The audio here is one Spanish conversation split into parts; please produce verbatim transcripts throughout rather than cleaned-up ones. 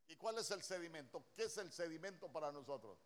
¿Y cuál es el sedimento? ¿Qué es el sedimento para nosotros?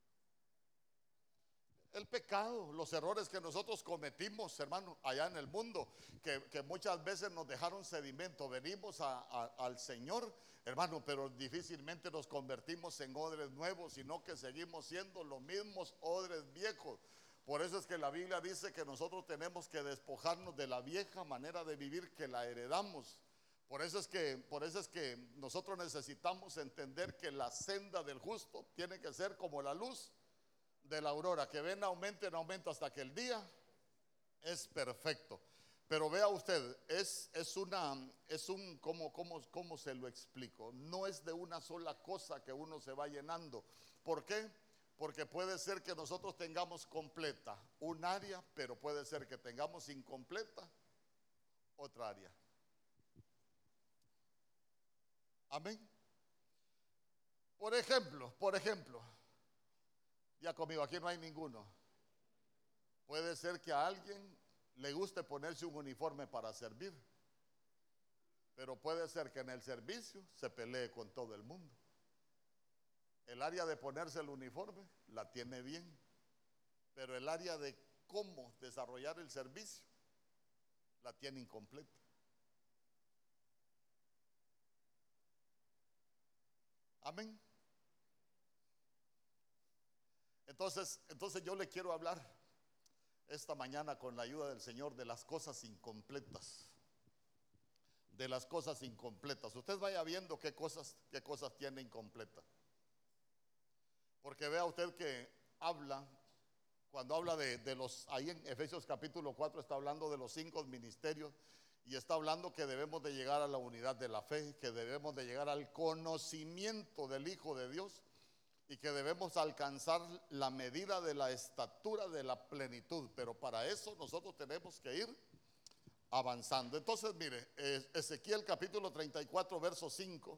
El pecado, los errores que nosotros cometimos, hermano, allá en el mundo, que, que muchas veces nos dejaron sedimento. Venimos a- a- al Señor, hermano, pero difícilmente nos convertimos en odres nuevos, sino que seguimos siendo los mismos odres viejos. Por eso es que la Biblia dice que nosotros tenemos que despojarnos de la vieja manera de vivir que la heredamos. Por eso es que, por eso es que nosotros necesitamos entender que la senda del justo tiene que ser como la luz de la aurora, que ven aumento en aumento hasta que el día es perfecto. Pero vea usted, es, es una, es un, ¿cómo, cómo, cómo se lo explico? No es de una sola cosa que uno se va llenando. ¿Por qué? Porque puede ser que nosotros tengamos completa un área, pero puede ser que tengamos incompleta otra área. Amén. Por ejemplo, por ejemplo, ya conmigo, aquí no hay ninguno. Puede ser que a alguien le guste ponerse un uniforme para servir, pero puede ser que en el servicio se pelee con todo el mundo. El área de ponerse el uniforme la tiene bien, pero el área de cómo desarrollar el servicio la tiene incompleta. Amén. Entonces, entonces yo le quiero hablar esta mañana con la ayuda del Señor de las cosas incompletas. De las cosas incompletas. Usted vaya viendo qué cosas, qué cosas tiene incompleta. Porque vea usted que habla, cuando habla de, de los, ahí en Efesios capítulo cuatro está hablando de los cinco ministerios y está hablando que debemos de llegar a la unidad de la fe, que debemos de llegar al conocimiento del Hijo de Dios y que debemos alcanzar la medida de la estatura de la plenitud. Pero para eso nosotros tenemos que ir avanzando. Entonces, mire, Ezequiel capítulo treinta y cuatro, verso cinco,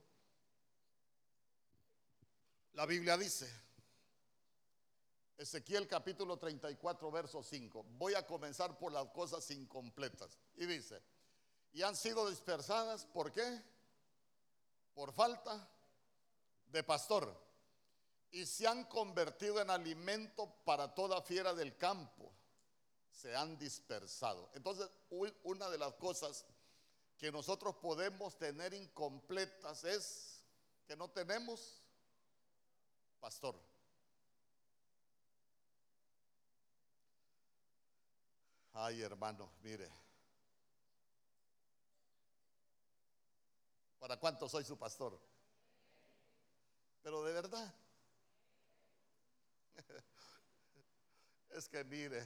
la Biblia dice, Ezequiel capítulo treinta y cuatro, verso cinco. Voy a comenzar por las cosas incompletas. Y dice, y han sido dispersadas, ¿por qué? Por falta de pastor. Y se han convertido en alimento para toda fiera del campo. Se han dispersado. Entonces, una de las cosas que nosotros podemos tener incompletas es que no tenemos pastor. Ay, hermano, mire, ¿para cuánto soy su pastor? Pero de verdad, es que mire,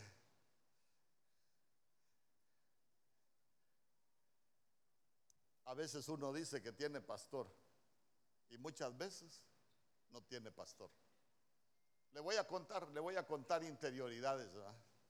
a veces uno dice que tiene pastor y muchas veces no tiene pastor. Le voy a contar, le voy a contar interioridades, ¿verdad?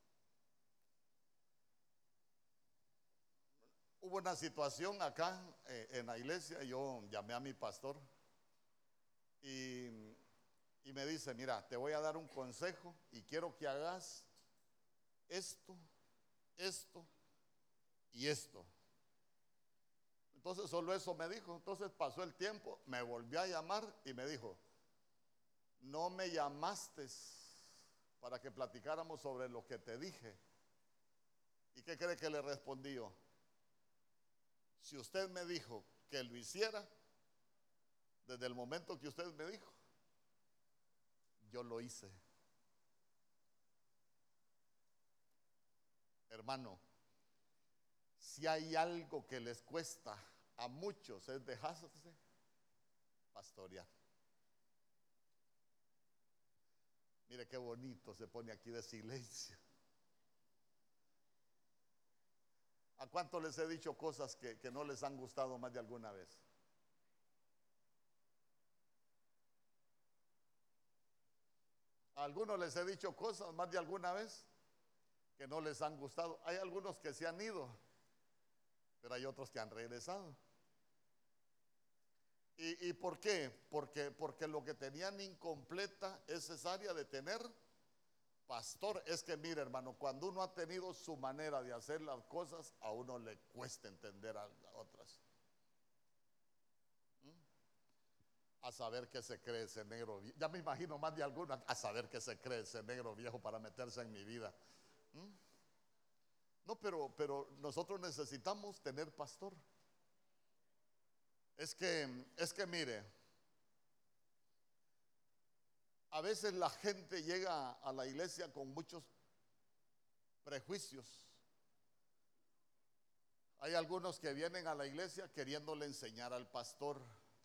Hubo una situación acá eh, en la iglesia, yo llamé a mi pastor y, y me dice, mira, te voy a dar un consejo y quiero que hagas esto, esto y esto. Entonces solo eso me dijo. Entonces pasó el tiempo, me volvió a llamar y me dijo, no me llamaste para que platicáramos sobre lo que te dije. ¿Y qué cree que le respondí yo? Si usted me dijo que lo hiciera, desde el momento que usted me dijo, yo lo hice. Hermano, si hay algo que les cuesta a muchos es dejarse pastorear. Mire qué bonito se pone aquí de silencio. ¿A cuánto les he dicho cosas que, que no les han gustado más de alguna vez? A algunos les he dicho cosas más de alguna vez que no les han gustado. Hay algunos que se han ido, pero hay otros que han regresado. ¿Y, y por qué? Porque, porque lo que tenían incompleta es esa área de tener pastor. Es que mire, hermano, cuando uno ha tenido su manera de hacer las cosas, a uno le cuesta entender a otras. ¿Mm? A saber qué se cree ese negro viejo. Ya me imagino más de alguno. A saber qué se cree ese negro viejo para meterse en mi vida. ¿Mm? No, pero, pero nosotros necesitamos tener pastor. Es que, es que mire, a veces la gente llega a la iglesia con muchos prejuicios. Hay algunos que vienen a la iglesia queriéndole enseñar al pastor.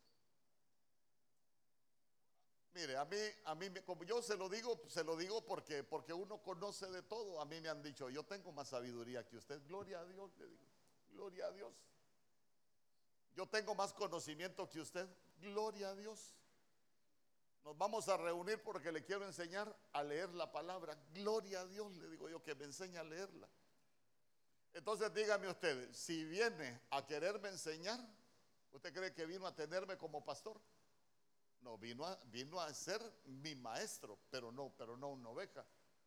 Mire, a mí, a mí, como yo se lo digo, se lo digo porque, porque uno conoce de todo. A mí me han dicho, yo tengo más sabiduría que usted. Gloria a Dios, le digo. Gloria a Dios. Yo tengo más conocimiento que usted. Gloria a Dios. Nos vamos a reunir porque le quiero enseñar a leer la palabra. Gloria a Dios, le digo yo, que me enseñe a leerla. Entonces dígame usted, si viene a quererme enseñar, ¿usted cree que vino a tenerme como pastor? No, vino a, vino a ser mi maestro, pero no, pero no una oveja.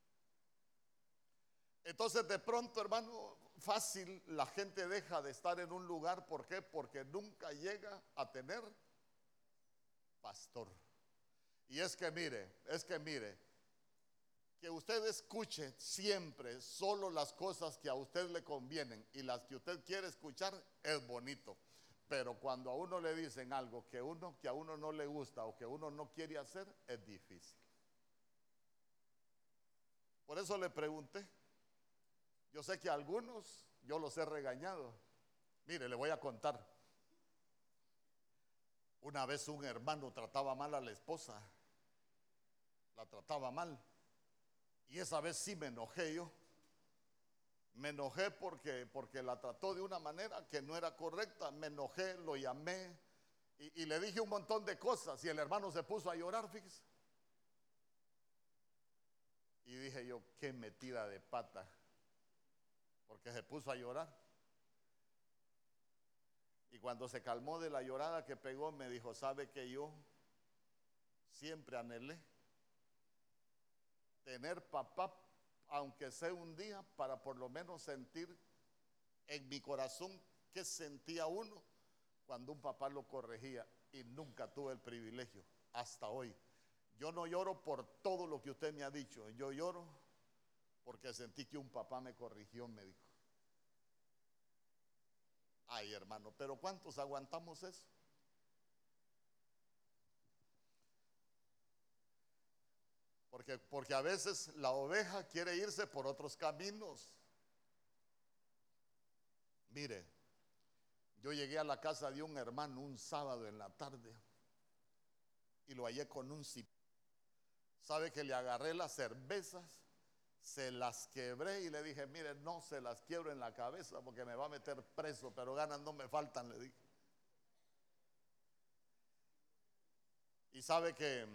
Entonces de pronto, hermano, fácil la gente deja de estar en un lugar. ¿Por qué? Porque nunca llega a tener pastor. Y es que mire, es que mire, que usted escuche siempre solo las cosas que a usted le convienen y las que usted quiere escuchar es bonito. Pero cuando a uno le dicen algo que, uno, que a uno no le gusta o que uno no quiere hacer, es difícil. Por eso le pregunté. Yo sé que a algunos yo los he regañado. Mire, le voy a contar. Una vez un hermano trataba mal a la esposa. La trataba mal. Y esa vez sí me enojé yo. Me enojé porque, porque la trató de una manera que no era correcta. Me enojé, lo llamé y, y le dije un montón de cosas. Y el hermano se puso a llorar, fíjese. Y dije yo, qué metida de pata. Porque se puso a llorar. Y cuando se calmó de la llorada que pegó, me dijo, ¿sabe que yo siempre anhelé tener papá, aunque sea un día, para por lo menos sentir en mi corazón qué sentía uno cuando un papá lo corregía? Y nunca tuve el privilegio hasta hoy. Yo no lloro por todo lo que usted me ha dicho. Yo lloro porque sentí que un papá me corrigió, me dijo. Ay, hermano, pero ¿cuántos aguantamos eso? Porque, porque a veces la oveja quiere irse por otros caminos. Mire, yo llegué a la casa de un hermano un sábado en la tarde y lo hallé con un cip. ¿Sabe que le agarré las cervezas? Se las quebré y le dije, mire, no se las quiebro en la cabeza porque me va a meter preso, pero ganas no me faltan, le dije. Y sabe que,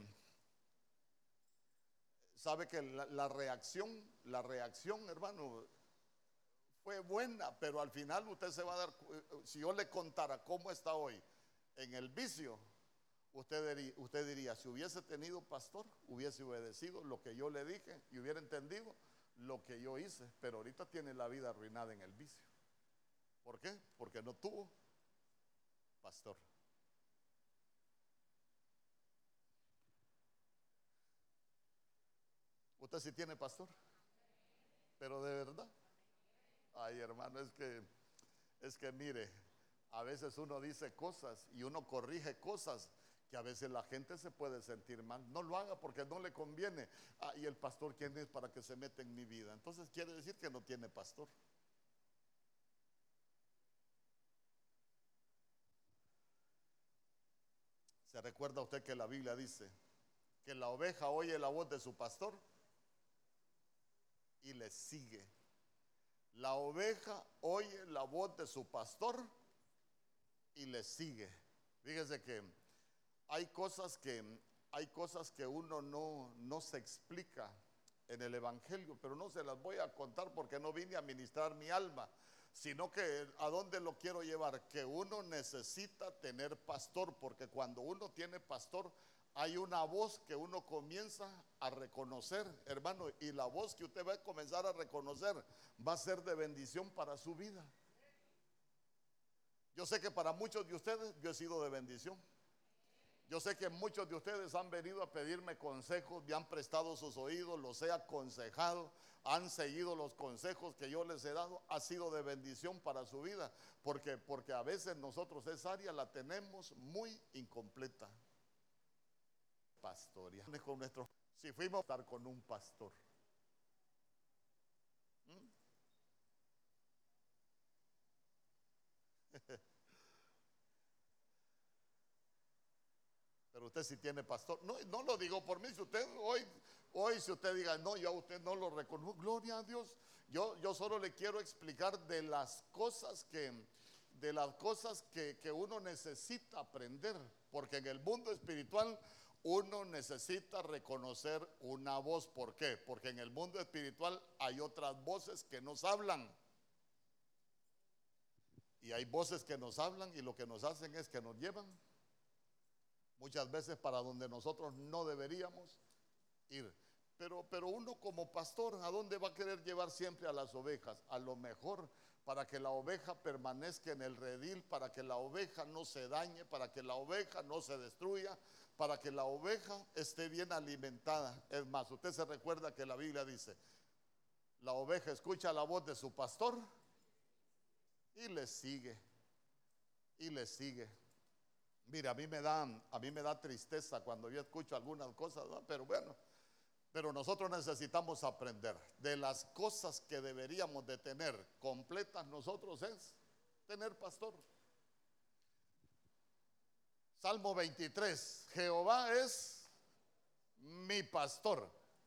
sabe que la, la reacción, la reacción, hermano, fue buena, pero al final usted se va a dar, si yo le contara cómo está hoy en el vicio, usted diría, usted diría, si hubiese tenido pastor, hubiese obedecido lo que yo le dije y hubiera entendido lo que yo hice, pero ahorita tiene la vida arruinada en el vicio. ¿Por qué? Porque no tuvo pastor. ¿Usted sí tiene pastor? Pero de verdad. Ay, hermano, es que es que mire, a veces uno dice cosas y uno corrige cosas que a veces la gente se puede sentir mal. No lo haga porque no le conviene. Ah, y el pastor, ¿quién es para que se meta en mi vida? Entonces quiere decir que no tiene pastor. ¿Se recuerda usted que la Biblia dice que la oveja oye la voz de su pastor y le sigue? La oveja oye la voz de su pastor y le sigue. Fíjese que hay cosas que hay cosas que uno no, no se explica en el evangelio, pero no se las voy a contar porque no vine a ministrar mi alma, sino que a dónde lo quiero llevar, que uno necesita tener pastor, porque cuando uno tiene pastor hay una voz que uno comienza a reconocer, hermano, y la voz que usted va a comenzar a reconocer va a ser de bendición para su vida. Yo sé que para muchos de ustedes yo he sido de bendición. Yo sé que muchos de ustedes han venido a pedirme consejos, me han prestado sus oídos, los he aconsejado, han seguido los consejos que yo les he dado. Ha sido de bendición para su vida, porque, porque a veces nosotros esa área la tenemos muy incompleta. Pastoria. Con nuestro, si fuimos a estar con un pastor. ¿Mm? Pero usted sí tiene pastor. No, no lo digo por mí. Si usted hoy, hoy si usted diga, no, yo a usted no lo reconozco, gloria a Dios. Yo, yo solo le quiero explicar de las cosas que, de las cosas que, que uno necesita aprender. Porque en el mundo espiritual uno necesita reconocer una voz. ¿Por qué? Porque en el mundo espiritual hay otras voces que nos hablan. Y hay voces que nos hablan y lo que nos hacen es que nos llevan muchas veces para donde nosotros no deberíamos ir. Pero, pero uno como pastor, ¿a dónde va a querer llevar siempre a las ovejas? A lo mejor para que la oveja permanezca en el redil, para que la oveja no se dañe, para que la oveja no se destruya, para que la oveja esté bien alimentada. Es más, usted se recuerda que la Biblia dice, la oveja escucha la voz de su pastor y le sigue, y le sigue. Mira, a mí me da, a mí me da tristeza cuando yo escucho algunas cosas, ¿no? Pero bueno, pero nosotros necesitamos aprender. De las cosas que deberíamos de tener completas nosotros es tener pastor. Salmo veintitrés, Jehová es mi pastor,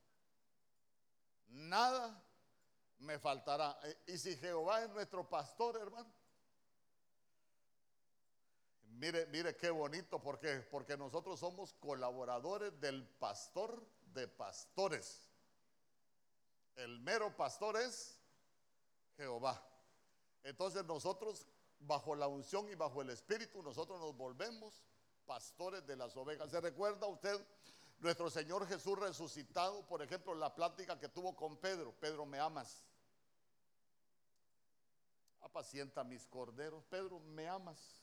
nada me faltará. Y si Jehová es nuestro pastor, hermano, Mire, mire qué bonito, porque, porque nosotros somos colaboradores del pastor de pastores. El mero pastor es Jehová. Entonces nosotros, bajo la unción y bajo el Espíritu, nosotros nos volvemos pastores de las ovejas. ¿Se recuerda usted nuestro Señor Jesús resucitado? Por ejemplo, la plática que tuvo con Pedro. Pedro, ¿me amas? Apacienta mis corderos. Pedro, ¿me amas?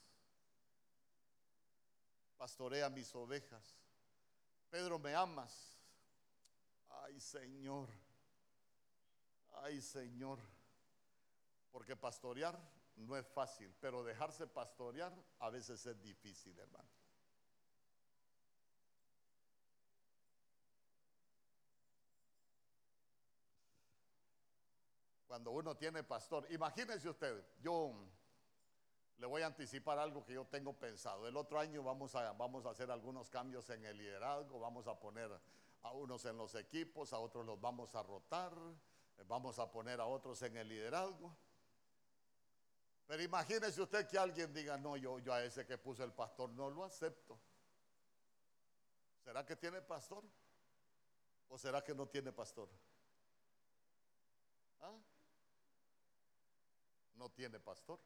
Pastorea mis ovejas. Pedro, ¿me amas? Ay, Señor. Ay, Señor. Porque pastorear no es fácil, pero dejarse pastorear a veces es difícil, hermano. Cuando uno tiene pastor, imagínese usted, yo le voy a anticipar algo que yo tengo pensado. El otro año vamos a, vamos a hacer algunos cambios en el liderazgo, vamos a poner a unos en los equipos, a otros los vamos a rotar, vamos a poner a otros en el liderazgo. Pero imagínese usted que alguien diga, no, yo, yo a ese que puso el pastor no lo acepto. ¿Será que tiene pastor? ¿O será que no tiene pastor? ¿Ah? No tiene pastor.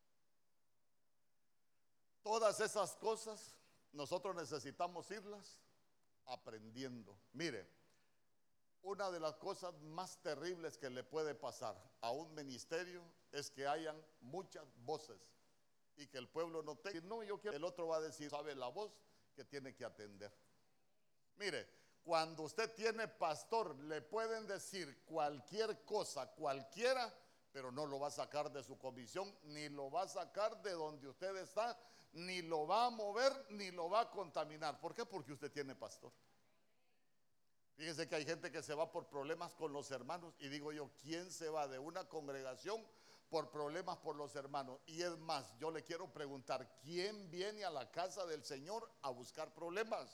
Todas esas cosas nosotros necesitamos irlas aprendiendo. Mire, una de las cosas más terribles que le puede pasar a un ministerio es que hayan muchas voces y que el pueblo no tenga. No, yo quiero. El otro va a decir, sabe la voz que tiene que atender. Mire, cuando usted tiene pastor, le pueden decir cualquier cosa, cualquiera, pero no lo va a sacar de su comisión, ni lo va a sacar de donde usted está, ni lo va a mover, ni lo va a contaminar. ¿Por qué? Porque usted tiene pastor. Fíjese que hay gente que se va por problemas con los hermanos. Y digo yo, ¿quién se va de una congregación por problemas por los hermanos? Y es más, yo le quiero preguntar, ¿quién viene a la casa del Señor a buscar problemas?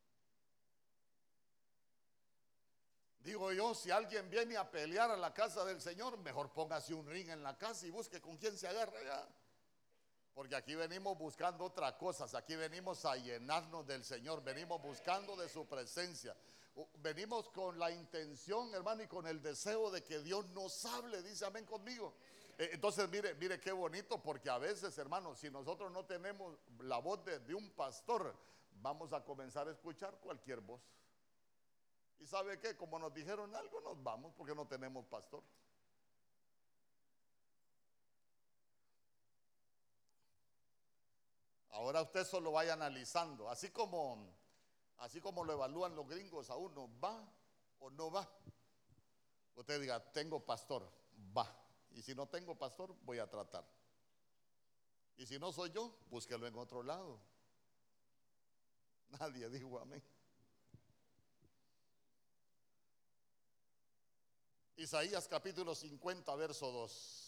Digo yo, si alguien viene a pelear a la casa del Señor, mejor póngase un ring en la casa y busque con quién se agarra ya. Porque aquí venimos buscando otras cosas, aquí venimos a llenarnos del Señor, venimos buscando de su presencia. Venimos con la intención, hermano, y con el deseo de que Dios nos hable, dice amén conmigo. Entonces, mire, mire qué bonito, porque a veces, hermano, si nosotros no tenemos la voz de, de un pastor, vamos a comenzar a escuchar cualquier voz. ¿Y sabe qué? Como nos dijeron algo, nos vamos porque no tenemos pastor. Ahora usted solo vaya analizando, así como, así como lo evalúan los gringos a uno, ¿va o no va? Usted diga, tengo pastor, va. Y si no tengo pastor, voy a tratar. Y si no soy yo, búsquelo en otro lado. Nadie dijo amén. Isaías capítulo cincuenta, verso dos.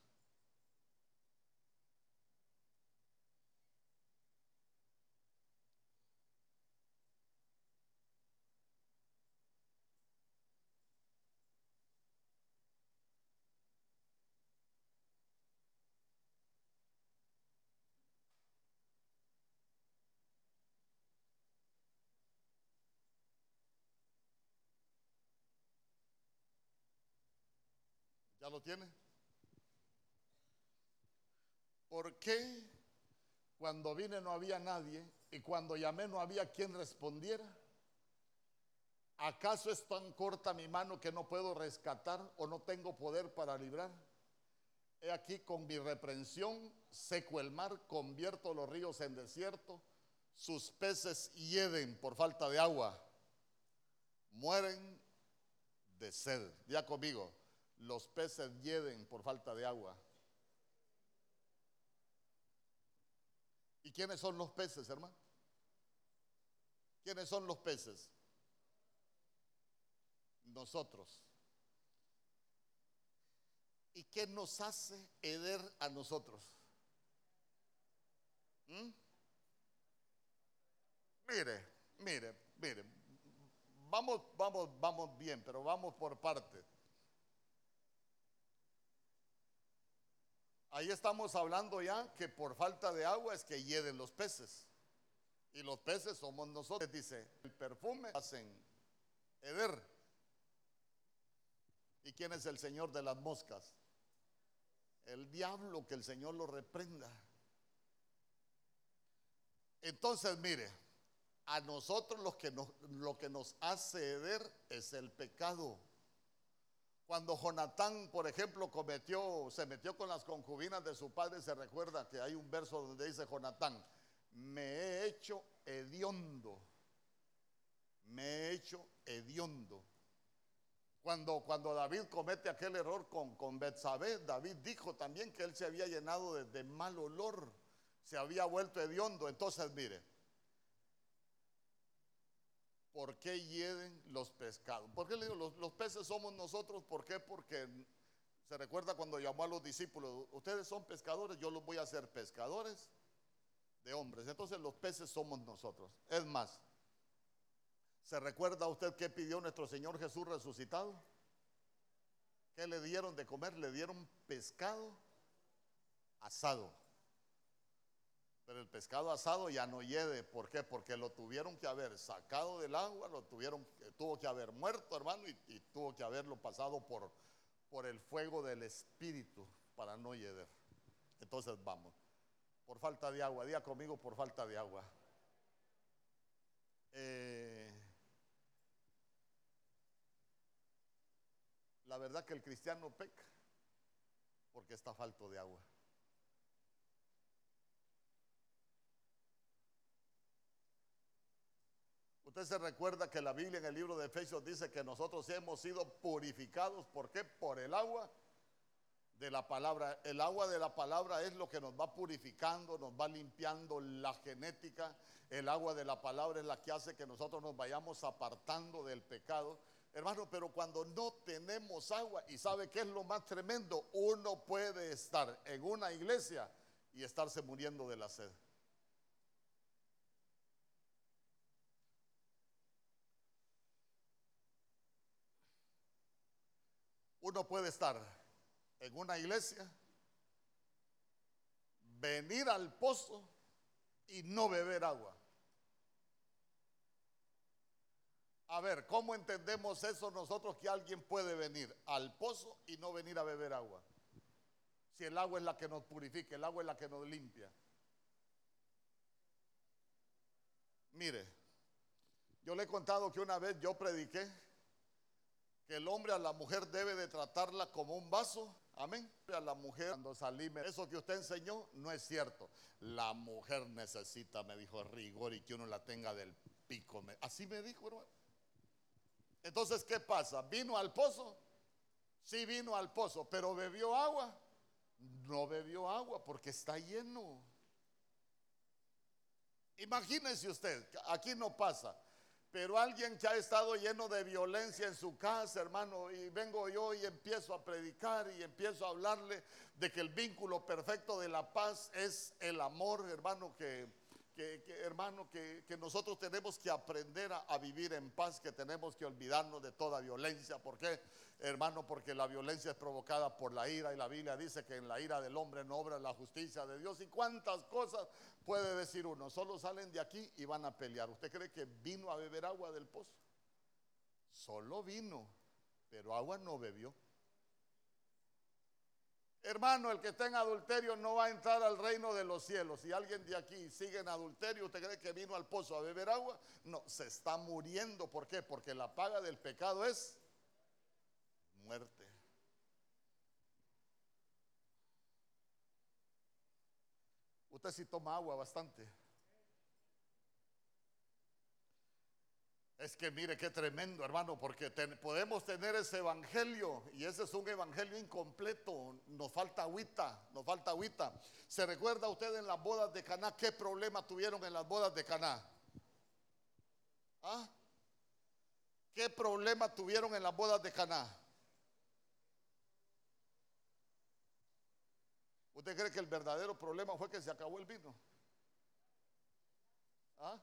¿Ya lo tiene? ¿Por qué cuando vine no había nadie y cuando llamé no había quien respondiera? ¿Acaso es tan corta mi mano que no puedo rescatar o no tengo poder para librar? He aquí, con mi reprensión seco el mar, convierto los ríos en desierto, sus peces hieden por falta de agua, mueren de sed. Ya conmigo, los peces hieden por falta de agua. ¿Y quiénes son los peces, hermano? ¿Quiénes son los peces? Nosotros. ¿Y qué nos hace heder a nosotros? ¿Mm? Mire, mire, mire. Vamos, vamos, vamos bien, pero vamos por partes. Ahí estamos hablando ya que por falta de agua es que hieden los peces. Y los peces somos nosotros. Dice, el perfume hacen heder. ¿Y quién es el señor de las moscas? El diablo, que el Señor lo reprenda. Entonces, mire, a nosotros lo que nos, lo que nos hace heder es el pecado. Cuando Jonatán, por ejemplo, cometió, se metió con las concubinas de su padre, se recuerda que hay un verso donde dice Jonatán, me he hecho hediondo, me he hecho hediondo. Cuando, cuando David comete aquel error con, con Betsabé, David dijo también que él se había llenado de, de mal olor, se había vuelto hediondo. Entonces, mire, ¿por qué hieden los pescados? ¿Por qué le digo, los, los peces somos nosotros? ¿Por qué? Porque se recuerda cuando llamó a los discípulos, ustedes son pescadores, yo los voy a hacer pescadores de hombres. Entonces los peces somos nosotros. Es más, ¿se recuerda usted qué pidió nuestro Señor Jesús resucitado? ¿Qué le dieron de comer? Le dieron pescado asado. Pero el pescado asado ya no hiede. ¿Por qué? Porque lo tuvieron que haber sacado del agua, lo tuvieron, tuvo que haber muerto, hermano, y, y tuvo que haberlo pasado por, por el fuego del Espíritu para no hieder. Entonces vamos, por falta de agua, diga conmigo, por falta de agua. Eh, la verdad que el cristiano peca porque está falto de agua. Usted se recuerda que la Biblia en el libro de Efesios dice que nosotros hemos sido purificados. ¿Por qué? Por el agua de la palabra. El agua de la palabra es lo que nos va purificando, nos va limpiando la genética. El agua de la palabra es la que hace que nosotros nos vayamos apartando del pecado. Hermano, pero cuando no tenemos agua, ¿y sabe qué es lo más tremendo? Uno puede estar en una iglesia y estarse muriendo de la sed. Uno puede estar en una iglesia, venir al pozo y no beber agua. A ver, ¿cómo entendemos eso nosotros, que alguien puede venir al pozo y no venir a beber agua? Si el agua es la que nos purifica, el agua es la que nos limpia. Mire, yo le he contado que una vez yo prediqué que el hombre a la mujer debe de tratarla como un vaso Amén. A la mujer cuando salí, me- eso que usted enseñó no es cierto. La mujer necesita, me dijo, rigor y que uno la tenga del pico. Me- así me dijo, hermano. Entonces, ¿qué pasa? ¿Vino al pozo? Sí, vino al pozo, pero ¿bebió agua? No bebió agua porque está lleno. Imagínese usted, aquí no pasa, pero alguien que ha estado lleno de violencia en su casa, hermano, y vengo yo y empiezo a predicar y empiezo a hablarle de que el vínculo perfecto de la paz es el amor, hermano, que, que, que, hermano, que, que nosotros tenemos que aprender a, a vivir en paz, que tenemos que olvidarnos de toda violencia. ¿Por qué, hermano? Porque la violencia es provocada por la ira, y la Biblia dice que en la ira del hombre no obra la justicia de Dios. Y cuántas cosas puede decir uno. Solo salen de aquí y van a pelear. ¿Usted cree que vino a beber agua del pozo? Solo vino, pero agua no bebió. Hermano, el que está en adulterio no va a entrar al reino de los cielos. Si alguien de aquí sigue en adulterio, ¿usted cree que vino al pozo a beber agua? No, se está muriendo. ¿Por qué? Porque la paga del pecado es muerte. Usted sí toma agua bastante. Es que mire qué tremendo, hermano, porque ten- podemos tener ese evangelio y ese es un evangelio incompleto. Nos falta agüita, nos falta agüita. ¿Se recuerda usted en las bodas de Caná qué problema tuvieron en las bodas de Caná? ¿Ah? ¿Qué problema tuvieron en las bodas de Caná? ¿Usted cree que el verdadero problema fue que se acabó el vino? ¿Ah?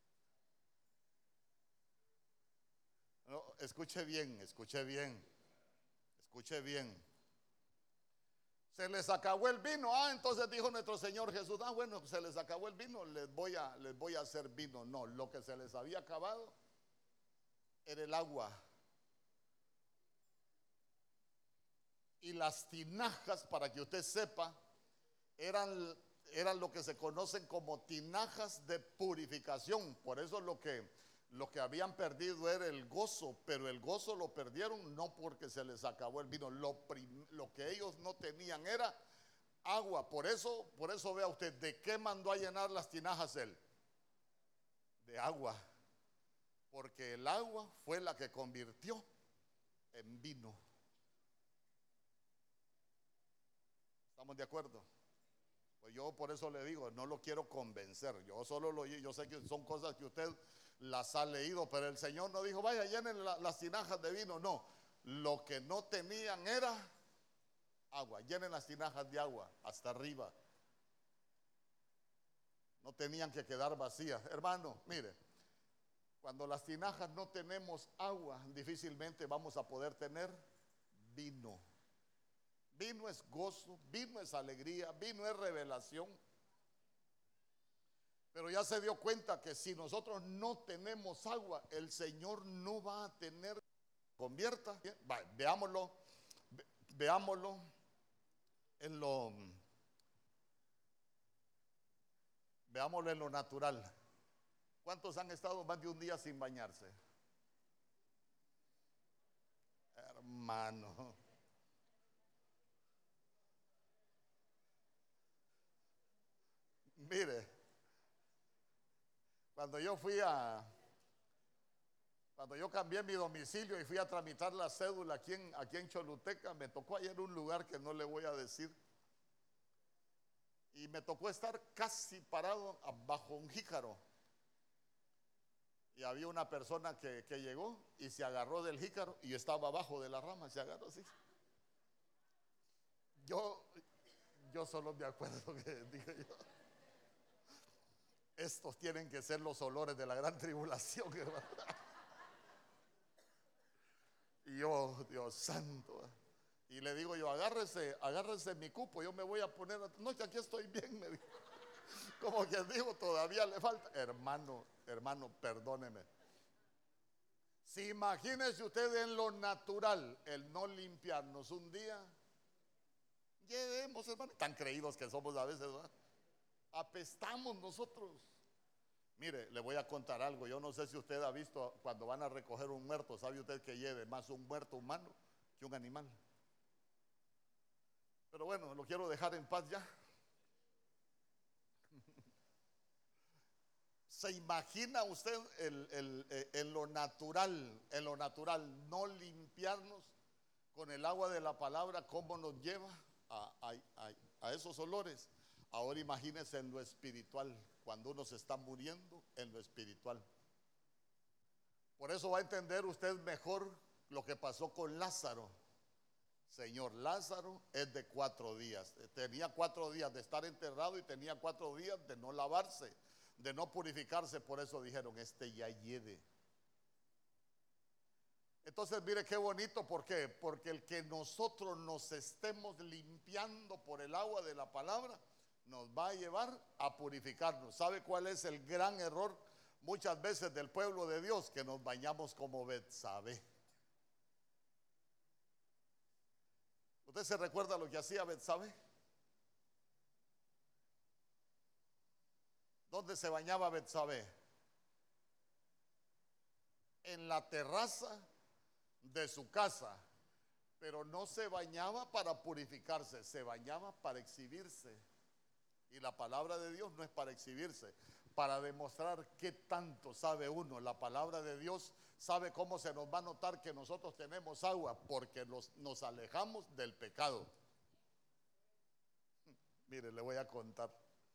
No, escuche bien, escuche bien, escuche bien. Se les acabó el vino. Ah, entonces dijo nuestro Señor Jesús, ah, bueno, se les acabó el vino, les voy a, les voy a hacer vino. No, lo que se les había acabado era el agua. Y las tinajas, para que usted sepa, eran, eran lo que se conocen como tinajas de purificación. Por eso lo que, lo que habían perdido era el gozo, pero el gozo lo perdieron no porque se les acabó el vino. Lo, prim- lo que ellos no tenían era agua. Por eso, por eso vea usted, ¿de qué mandó a llenar las tinajas él? De agua. Porque el agua fue la que convirtió en vino. ¿Estamos de acuerdo? Pues yo por eso le digo, no lo quiero convencer. Yo solo lo, yo sé que son cosas que usted las ha leído, pero el Señor no dijo, vaya, llenen la- las tinajas de vino. No, lo que no tenían era agua. Llenen las tinajas de agua hasta arriba. No tenían que quedar vacías. Hermano, mire, cuando las tinajas no tenemos agua, difícilmente vamos a poder tener vino. Vino es gozo, vino es alegría, vino es revelación. Pero ya se dio cuenta que si nosotros no tenemos agua, el Señor no va a tener. Convierta. Va, veámoslo, ve- veámoslo en lo, veámoslo en lo natural. ¿Cuántos han estado más de un día sin bañarse? Hermano, mire, cuando yo fui a, cuando yo cambié mi domicilio y fui a tramitar la cédula aquí en, aquí en Choluteca, me tocó ayer un lugar que no le voy a decir. Y me tocó estar casi parado bajo un jícaro. Y había una persona que, que llegó y se agarró del jícaro y yo estaba abajo de la rama, se agarró así. Yo, yo solo me acuerdo que dije yo, estos tienen que ser los olores de la gran tribulación, hermano. Y yo, Dios santo. Y le digo yo, agárrese, agárrese mi cupo, yo me voy a poner. No, que aquí estoy bien, me dijo. Como que digo, todavía le falta. Hermano, hermano, perdóneme. Si imagínese usted en lo natural, el no limpiarnos un día, llevemos, hermano, tan creídos que somos a veces, ¿verdad? Apestamos nosotros. Mire, le voy a contar algo. Yo no sé si usted ha visto cuando van a recoger un muerto, ¿sabe usted que lleve más un muerto humano que un animal? Pero bueno, lo quiero dejar en paz ya. ¿Se imagina usted el, el, eh, en lo natural, en lo natural, no limpiarnos con el agua de la palabra, cómo nos lleva a, a, a, a esos olores? Ahora imagínese en lo espiritual, cuando uno se está muriendo en lo espiritual. Por eso va a entender usted mejor lo que pasó con Lázaro. Señor, Lázaro es de cuatro días. Tenía cuatro días de estar enterrado y tenía cuatro días de no lavarse, de no purificarse. Por eso dijeron, este ya hiede. Entonces mire qué bonito. ¿Por qué? Porque el que nosotros nos estemos limpiando por el agua de la palabra nos va a llevar a purificarnos. ¿Sabe cuál es el gran error muchas veces del pueblo de Dios? Que nos bañamos como Betsabé. ¿Usted se recuerda lo que hacía Betsabé? ¿Dónde se bañaba Betsabé? En la terraza de su casa. Pero no se bañaba para purificarse, se bañaba para exhibirse. Y la palabra de Dios no es para exhibirse, para demostrar qué tanto sabe uno. La palabra de Dios sabe cómo se nos va a notar que nosotros tenemos agua, porque nos, nos alejamos del pecado. Mire, le voy a contar.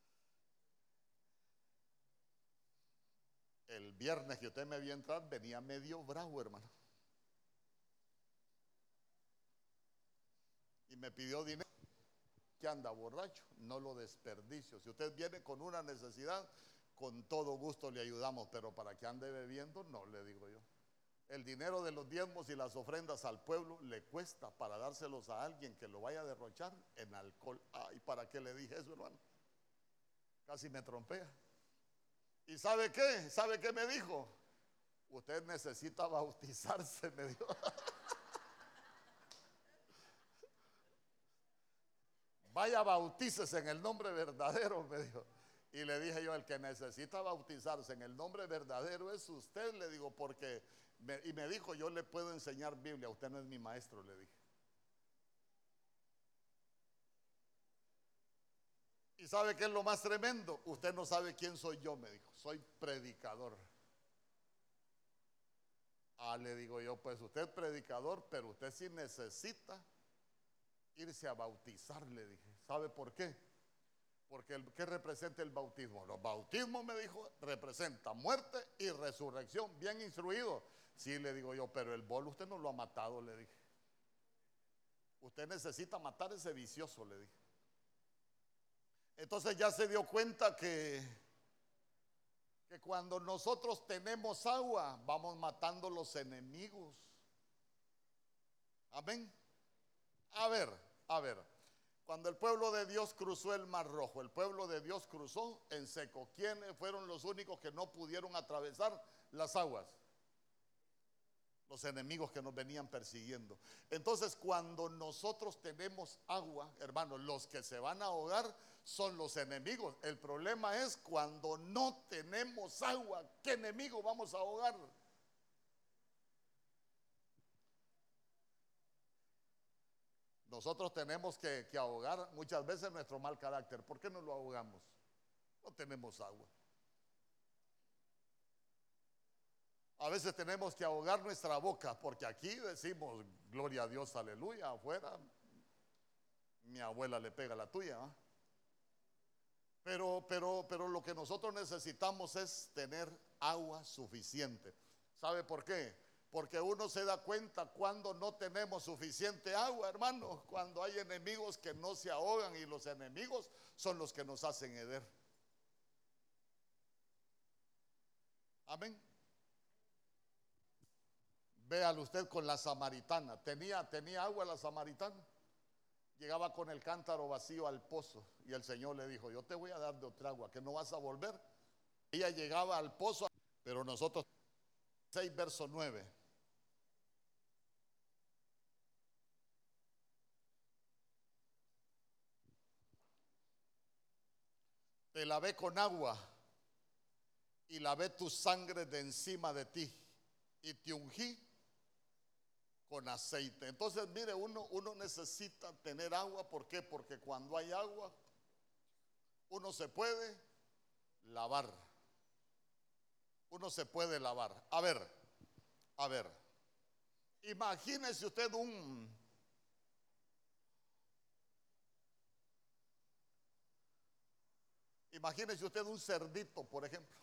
El viernes que usted me vio entrar, venía medio bravo, hermano. Y me pidió dinero. Que anda borracho, no lo desperdicio. Si usted viene con una necesidad, con todo gusto le ayudamos, pero para que ande bebiendo, no, le digo yo. El dinero de los diezmos y las ofrendas al pueblo le cuesta para dárselos a alguien que lo vaya a derrochar en alcohol. Ay, ¿para qué le dije eso, hermano? Casi me trompea. ¿Y sabe qué? ¿Sabe qué me dijo? Usted necesita bautizarse, me dijo. Vaya, bautícese en el nombre verdadero, me dijo. Y le dije yo, el que necesita bautizarse en el nombre verdadero es usted, le digo, porque, me, y me dijo, yo le puedo enseñar Biblia, usted no es mi maestro, le dije. ¿Y sabe qué es lo más tremendo? Usted no sabe quién soy yo, me dijo, soy predicador. Ah, le digo yo, pues usted es predicador, pero usted sí necesita irse a bautizar, le dije. ¿Sabe por qué? Porque el, ¿qué representa el bautismo? Los bautismos, me dijo, representa muerte y resurrección. Bien instruido. Sí, le digo yo, pero el bolo usted no lo ha matado, le dije. Usted necesita matar ese vicioso, le dije. Entonces ya se dio cuenta que, que cuando nosotros tenemos agua, vamos matando los enemigos. Amén. A ver, a ver. Cuando el pueblo de Dios cruzó el Mar Rojo, el pueblo de Dios cruzó en seco. ¿Quiénes fueron los únicos que no pudieron atravesar las aguas? Los enemigos que nos venían persiguiendo. Entonces, cuando nosotros tenemos agua, hermanos, los que se van a ahogar son los enemigos. El problema es cuando no tenemos agua, ¿qué enemigo vamos a ahogar? Nosotros tenemos que, que ahogar muchas veces nuestro mal carácter. ¿Por qué no lo ahogamos? No tenemos agua. A veces tenemos que ahogar nuestra boca, porque aquí decimos gloria a Dios, aleluya. Afuera mi abuela le pega la tuya, ¿eh? pero, pero, pero lo que nosotros necesitamos es tener agua suficiente. ¿Sabe por qué? Porque uno se da cuenta cuando no tenemos suficiente agua, hermano, cuando hay enemigos que no se ahogan, y los enemigos son los que nos hacen heder. Amén. Véalo usted con la samaritana. Tenía, tenía agua la samaritana. Llegaba con el cántaro vacío al pozo y el Señor le dijo, yo te voy a dar de otra agua, que no vas a volver. Ella llegaba al pozo, pero nosotros, seis verso nueve. Te lavé con agua y lavé tu sangre de encima de ti y te ungí con aceite. Entonces, mire, uno, uno necesita tener agua. ¿Por qué? Porque cuando hay agua, uno se puede lavar. Uno se puede lavar. A ver, a ver. Imagínese usted un, imagínese usted un cerdito, por ejemplo.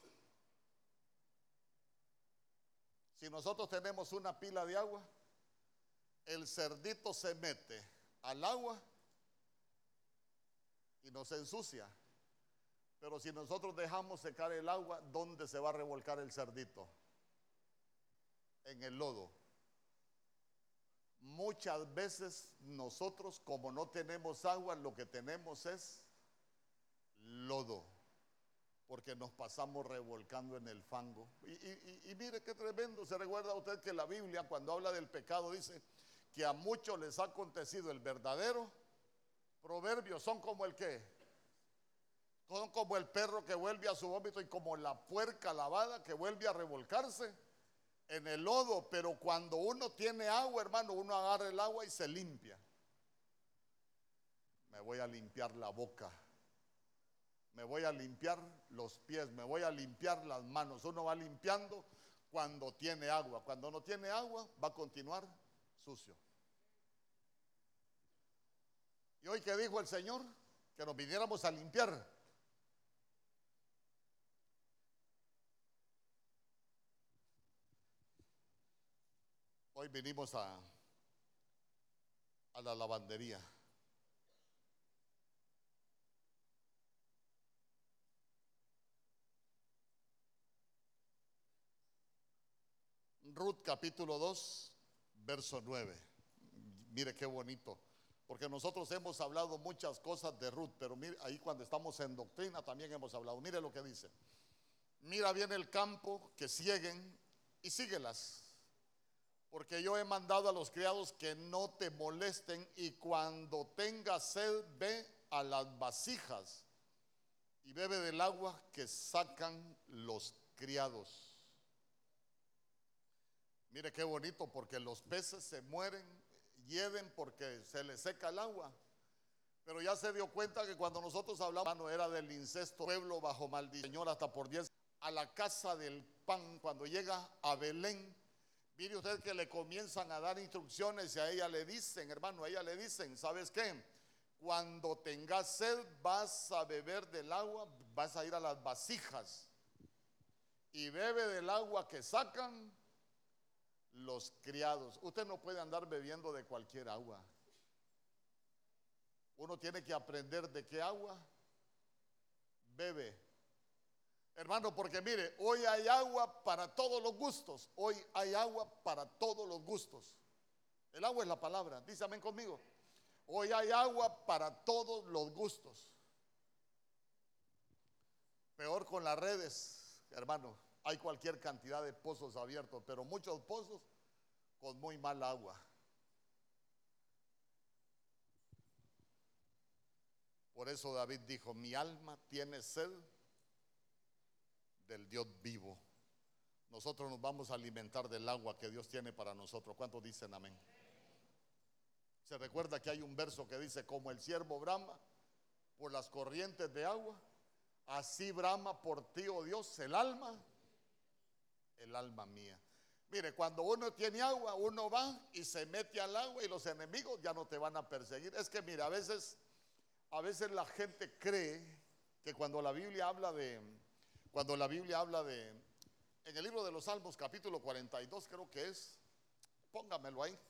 Si nosotros tenemos una pila de agua, el cerdito se mete al agua y no se ensucia. Pero si nosotros dejamos secar el agua, ¿dónde se va a revolcar el cerdito? En el lodo. Muchas veces nosotros, como no tenemos agua, lo que tenemos es lodo, porque nos pasamos revolcando en el fango. Y, y, y, y mire qué tremendo. Se recuerda usted que la Biblia, cuando habla del pecado, dice que a muchos les ha acontecido el verdadero proverbio. Son como el que, son como el perro que vuelve a su vómito y como la puerca lavada que vuelve a revolcarse en el lodo. Pero cuando uno tiene agua, hermano, uno agarra el agua y se limpia. Me voy a limpiar la boca, me voy a limpiar los pies, me voy a limpiar las manos. Uno va limpiando cuando tiene agua. Cuando no tiene agua, va a continuar sucio. Y hoy que dijo el Señor que nos viniéramos a limpiar. Hoy vinimos a, a la lavandería. Ruth capítulo dos, verso nueve. Mire qué bonito, porque nosotros hemos hablado muchas cosas de Ruth, pero mire, ahí cuando estamos en doctrina también hemos hablado. Mire lo que dice: mira bien el campo, que sieguen y síguelas, porque yo he mandado a los criados que no te molesten, y cuando tengas sed, ve a las vasijas y bebe del agua que sacan los criados. Mire qué bonito, porque los peces se mueren, hieden porque se les seca el agua. Pero ya se dio cuenta que cuando nosotros hablamos, no era del incesto, pueblo bajo maldición, Señor, hasta por diez, a la casa del pan, cuando llega a Belén, mire usted que le comienzan a dar instrucciones y a ella le dicen, hermano, a ella le dicen, ¿sabes qué? Cuando tengas sed vas a beber del agua, vas a ir a las vasijas y bebe del agua que sacan los criados. Usted no puede andar bebiendo de cualquier agua. Uno tiene que aprender de qué agua bebe, hermano, porque mire, hoy hay agua para todos los gustos. Hoy hay agua para todos los gustos. El agua es la palabra, dice amén conmigo. Hoy hay agua para todos los gustos. Peor con las redes, hermano. Hay cualquier cantidad de pozos abiertos, pero muchos pozos con muy mala agua. Por eso David dijo: mi alma tiene sed del Dios vivo. Nosotros nos vamos a alimentar del agua que Dios tiene para nosotros. ¿Cuántos dicen amén? Se recuerda que hay un verso que dice: como el ciervo brama por las corrientes de agua, así brama por ti, oh Dios, el alma, el alma mía. Mire, cuando uno tiene agua, uno va y se mete al agua y los enemigos ya no te van a perseguir. Es que mira, a veces, a veces la gente cree que cuando la Biblia habla de, cuando la Biblia habla de, en el libro de los Salmos, capítulo cuarenta y dos, creo que es, póngamelo ahí.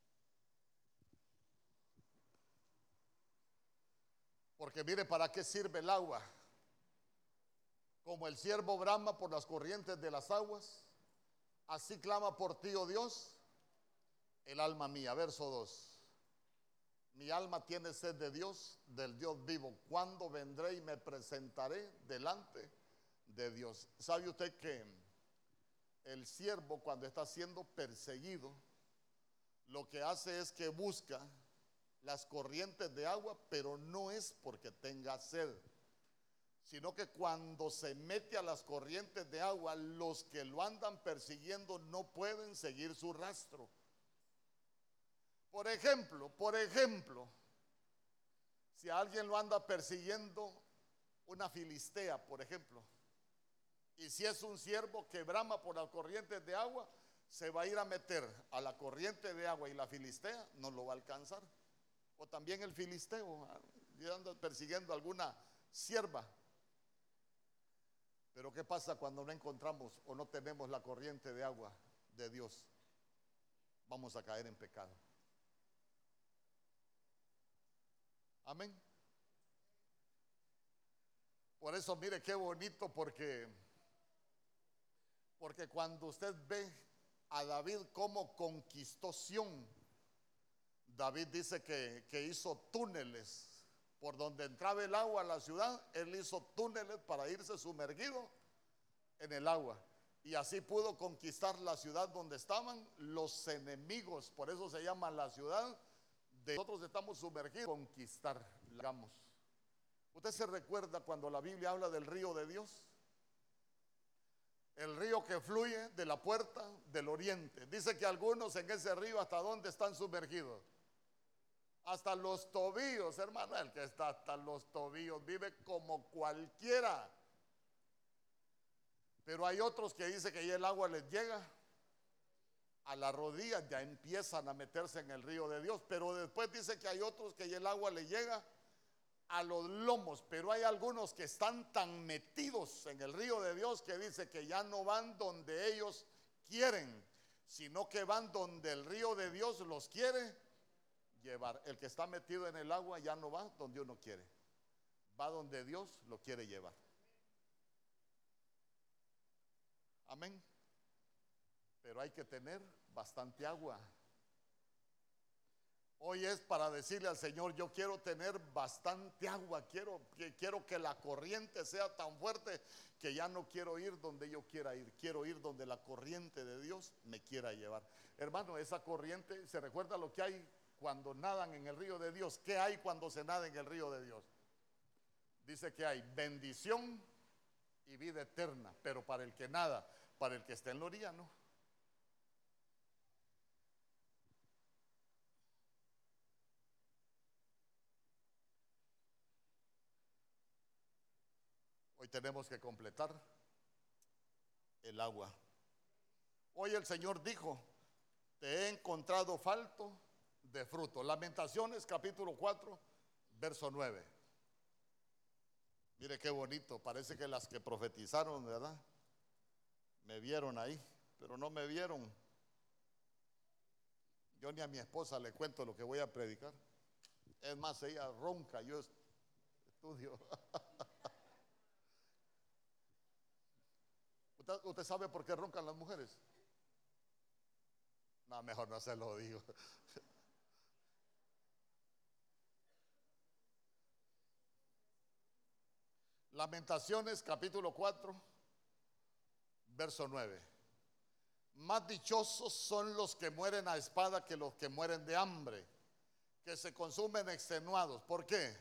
Porque mire, ¿para qué sirve el agua? Como el ciervo brama por las corrientes de las aguas, así clama por ti, oh Dios, el alma mía. Verso dos. Mi alma tiene sed de Dios, del Dios vivo. ¿Cuándo vendré y me presentaré delante de Dios? ¿Sabe usted que el siervo, cuando está siendo perseguido, lo que hace es que busca las corrientes de agua, pero no es porque tenga sed, sino que cuando se mete a las corrientes de agua, los que lo andan persiguiendo no pueden seguir su rastro. Por ejemplo, por ejemplo, si a alguien lo anda persiguiendo una filistea, por ejemplo, y si es un siervo que brama por las corrientes de agua, se va a ir a meter a la corriente de agua y la filistea no lo va a alcanzar. O también el filisteo anda persiguiendo a alguna sierva. Pero ¿qué pasa cuando no encontramos o no tenemos la corriente de agua de Dios? Vamos a caer en pecado. Amén. Por eso mire qué bonito, porque porque cuando usted ve a David cómo conquistó Sión, David dice que, que hizo túneles por donde entraba el agua a la ciudad. Él hizo túneles para irse sumergido en el agua, y así pudo conquistar la ciudad donde estaban los enemigos. Por eso se llama la ciudad de nosotros estamos sumergidos. Conquistar, digamos. ¿Usted se recuerda cuando la Biblia habla del río de Dios? El río que fluye de la puerta del oriente. Dice que algunos en ese río, ¿hasta dónde están sumergidos? Hasta los tobillos, hermano. El que está hasta los tobillos vive como cualquiera. Pero hay otros que dice que ya el agua les llega a las rodillas, ya empiezan a meterse en el río de Dios. Pero después dice que hay otros que ya el agua les llega a los lomos. Pero hay algunos que están tan metidos en el río de Dios que dice que ya no van donde ellos quieren, sino que van donde el río de Dios los quiere llevar. El que está metido en el agua ya no va donde uno quiere, va donde Dios lo quiere llevar. Amén. Pero hay que tener bastante agua. Hoy es para decirle al Señor: yo quiero tener bastante agua, quiero que, quiero que la corriente sea tan fuerte que ya no quiero ir donde yo quiera ir, quiero ir donde la corriente de Dios me quiera llevar. Hermano, esa corriente, ¿se recuerda lo que hay cuando nadan en el río de Dios? ¿Qué hay cuando se nada en el río de Dios? Dice que hay bendición y vida eterna, pero para el que nada, para el que está en la orilla, no. Hoy tenemos que completar el agua. Hoy el Señor dijo: te he encontrado falto de fruto. Lamentaciones capítulo cuatro, verso nueve. Mire qué bonito, parece que las que profetizaron, ¿verdad? Me vieron ahí, pero no me vieron. Yo ni a mi esposa le cuento lo que voy a predicar. Es más, ella ronca, yo estudio. ¿Usted, usted sabe por qué roncan las mujeres? No, mejor no se lo digo. Lamentaciones capítulo cuatro, verso nueve. Más dichosos son los que mueren a espada que los que mueren de hambre, que se consumen extenuados. ¿Por qué?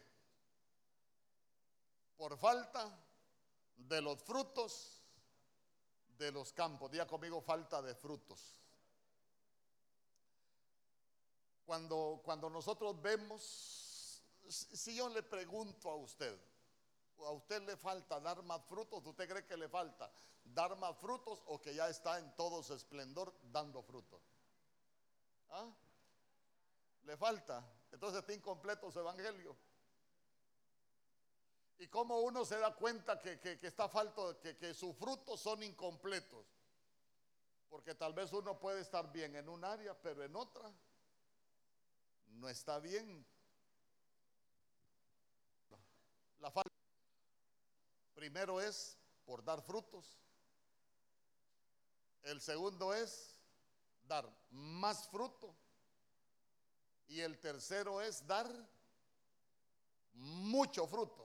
Por falta de los frutos de los campos. Diga conmigo: falta de frutos. Cuando, cuando nosotros vemos, si yo le pregunto a usted, ¿a usted le falta dar más frutos? ¿Usted cree que le falta dar más frutos o que ya está en todo su esplendor dando frutos? ¿Ah? ¿Le falta? Entonces está incompleto su evangelio. ¿Y cómo uno se da cuenta que, que, que está falto, que, que sus frutos son incompletos? Porque tal vez uno puede estar bien en un área, pero en otra no está bien. La falta primero es por dar frutos. El segundo es dar más fruto. Y el tercero es dar mucho fruto.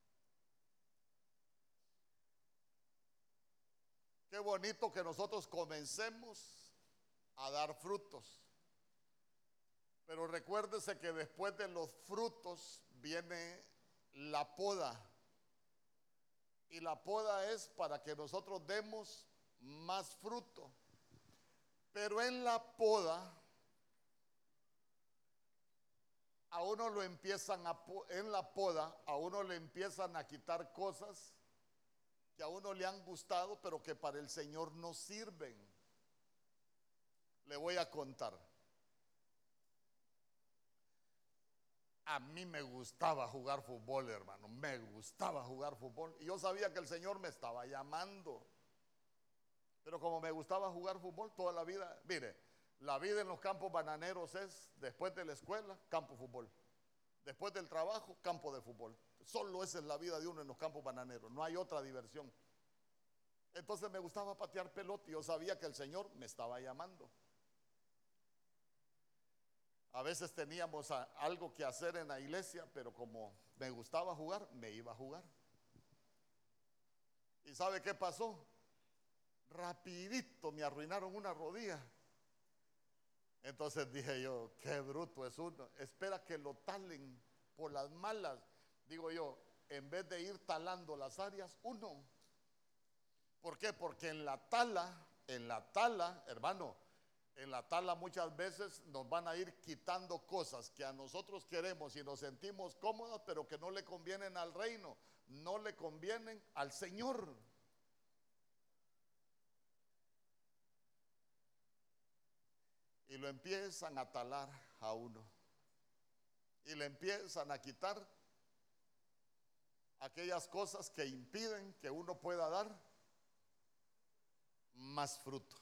Qué bonito que nosotros comencemos a dar frutos. Pero recuérdese que después de los frutos viene la poda. Y la poda es para que nosotros demos más fruto. Pero en la poda a uno lo empiezan a, en la poda, a uno le empiezan a quitar cosas que a uno le han gustado, pero que para el Señor no sirven. Le voy a contar. A mí me gustaba jugar fútbol, hermano, me gustaba jugar fútbol. Y yo sabía que el Señor me estaba llamando. Pero como me gustaba jugar fútbol toda la vida, mire, la vida en los campos bananeros es, después de la escuela, campo fútbol. Después del trabajo, campo de fútbol. Solo esa es la vida de uno en los campos bananeros, no hay otra diversión. Entonces me gustaba patear pelota y yo sabía que el Señor me estaba llamando. A veces teníamos a, algo que hacer en la iglesia, pero como me gustaba jugar, me iba a jugar. ¿Y sabe qué pasó? Rapidito me arruinaron una rodilla. Entonces dije yo, qué bruto es uno. Espera que lo talen por las malas. Digo yo, en vez de ir talando las áreas, uno. ¿Por qué? Porque en la tala, en la tala, hermano, en la tala muchas veces nos van a ir quitando cosas que a nosotros queremos y nos sentimos cómodos, pero que no le convienen al reino, no le convienen al Señor. Y lo empiezan a talar a uno. Y le empiezan a quitar aquellas cosas que impiden que uno pueda dar más fruto.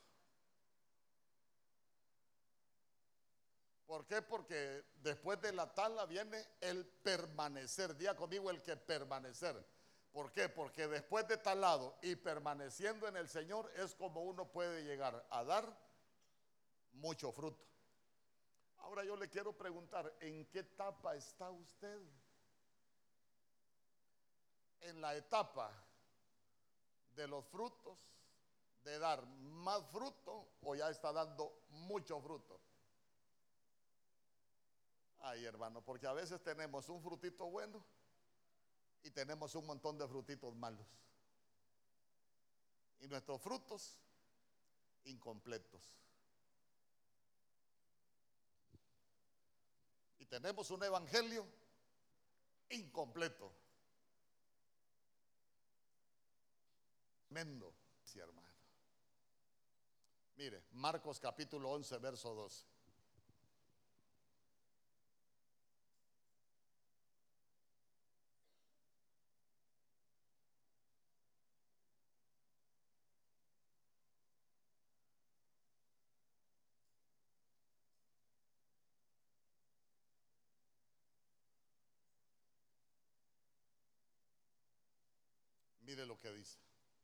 ¿Por qué? Porque después de la tala viene el permanecer. Diga conmigo el que permanecer. ¿Por qué? Porque después de talado y permaneciendo en el Señor es como uno puede llegar a dar mucho fruto. Ahora yo le quiero preguntar, ¿en qué etapa está usted? ¿En la etapa de los frutos, de dar más fruto, o ya está dando mucho fruto? Ay, hermano, porque a veces tenemos un frutito bueno y tenemos un montón de frutitos malos. Y nuestros frutos incompletos. Y tenemos un evangelio incompleto. Tremendo, sí, hermano. Mire, Marcos capítulo once, verso doce. Mire lo que dice.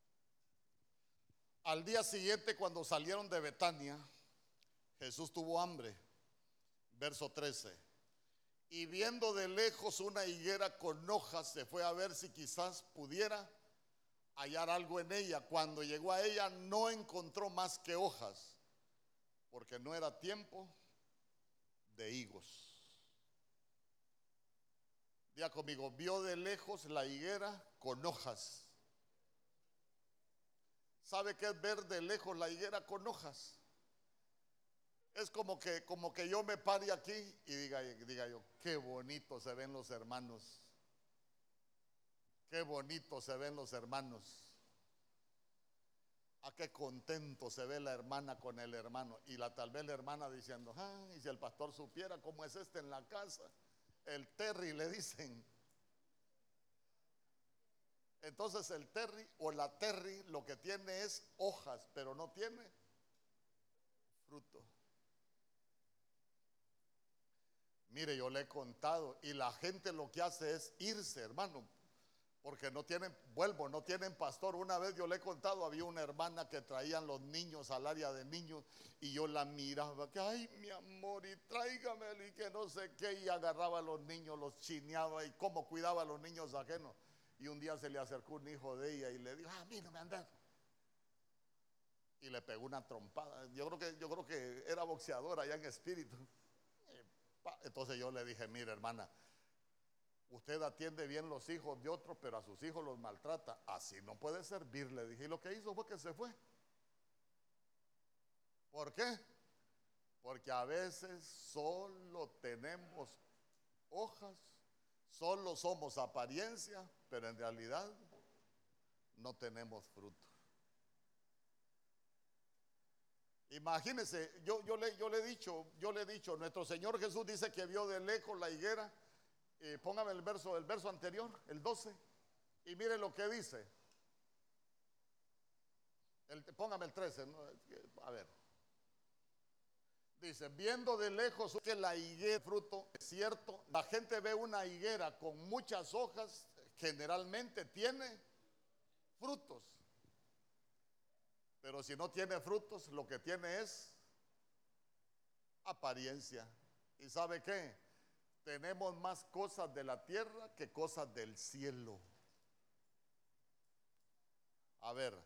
Al día siguiente, cuando salieron de Betania, Jesús tuvo hambre. Verso trece. Y viendo de lejos una higuera con hojas, se fue a ver si quizás pudiera hallar algo en ella. Cuando llegó a ella, no encontró más que hojas, porque no era tiempo de higos. Diga conmigo, vio de lejos la higuera con hojas. ¿Sabe qué es ver de lejos la higuera con hojas? Es como que, como que yo me pare aquí y diga, diga yo, qué bonito se ven los hermanos. Qué bonito se ven los hermanos. A qué contento se ve la hermana con el hermano. Y la tal vez la hermana diciendo, ay, si el pastor supiera cómo es este en la casa. El Terry le dicen. Entonces el Terry o la Terry lo que tiene es hojas, pero no tiene fruto. Mire, yo le he contado y la gente lo que hace es irse, hermano, porque no tienen, vuelvo, no tienen pastor. Una vez yo le he contado, había una hermana que traían los niños al área de niños y yo la miraba, que ay, mi amor, y tráigamelo y que no sé qué, y agarraba a los niños, los chineaba y cómo cuidaba a los niños ajenos. Y un día se le acercó un hijo de ella y le dijo, ah, a mí no me andan. Y le pegó una trompada. Yo creo que, yo creo que era boxeador allá en espíritu. Entonces yo le dije, mire hermana, usted atiende bien los hijos de otros, pero a sus hijos los maltrata. Así no puede servir, le dije. Y lo que hizo fue que se fue. ¿Por qué? Porque a veces solo tenemos hojas, solo somos apariencia, pero en realidad no tenemos fruto. Imagínense, yo, yo, le, yo le he dicho, yo le he dicho, nuestro Señor Jesús dice que vio de lejos la higuera. Eh, póngame el verso, el verso anterior, el doce, y mire lo que dice. El, póngame el trece, ¿no? A ver. Dice, viendo de lejos que la higuera fruto, es cierto, la gente ve una higuera con muchas hojas, generalmente tiene frutos. Pero si no tiene frutos, lo que tiene es apariencia. ¿Y sabe qué? Tenemos más cosas de la tierra que cosas del cielo. A ver,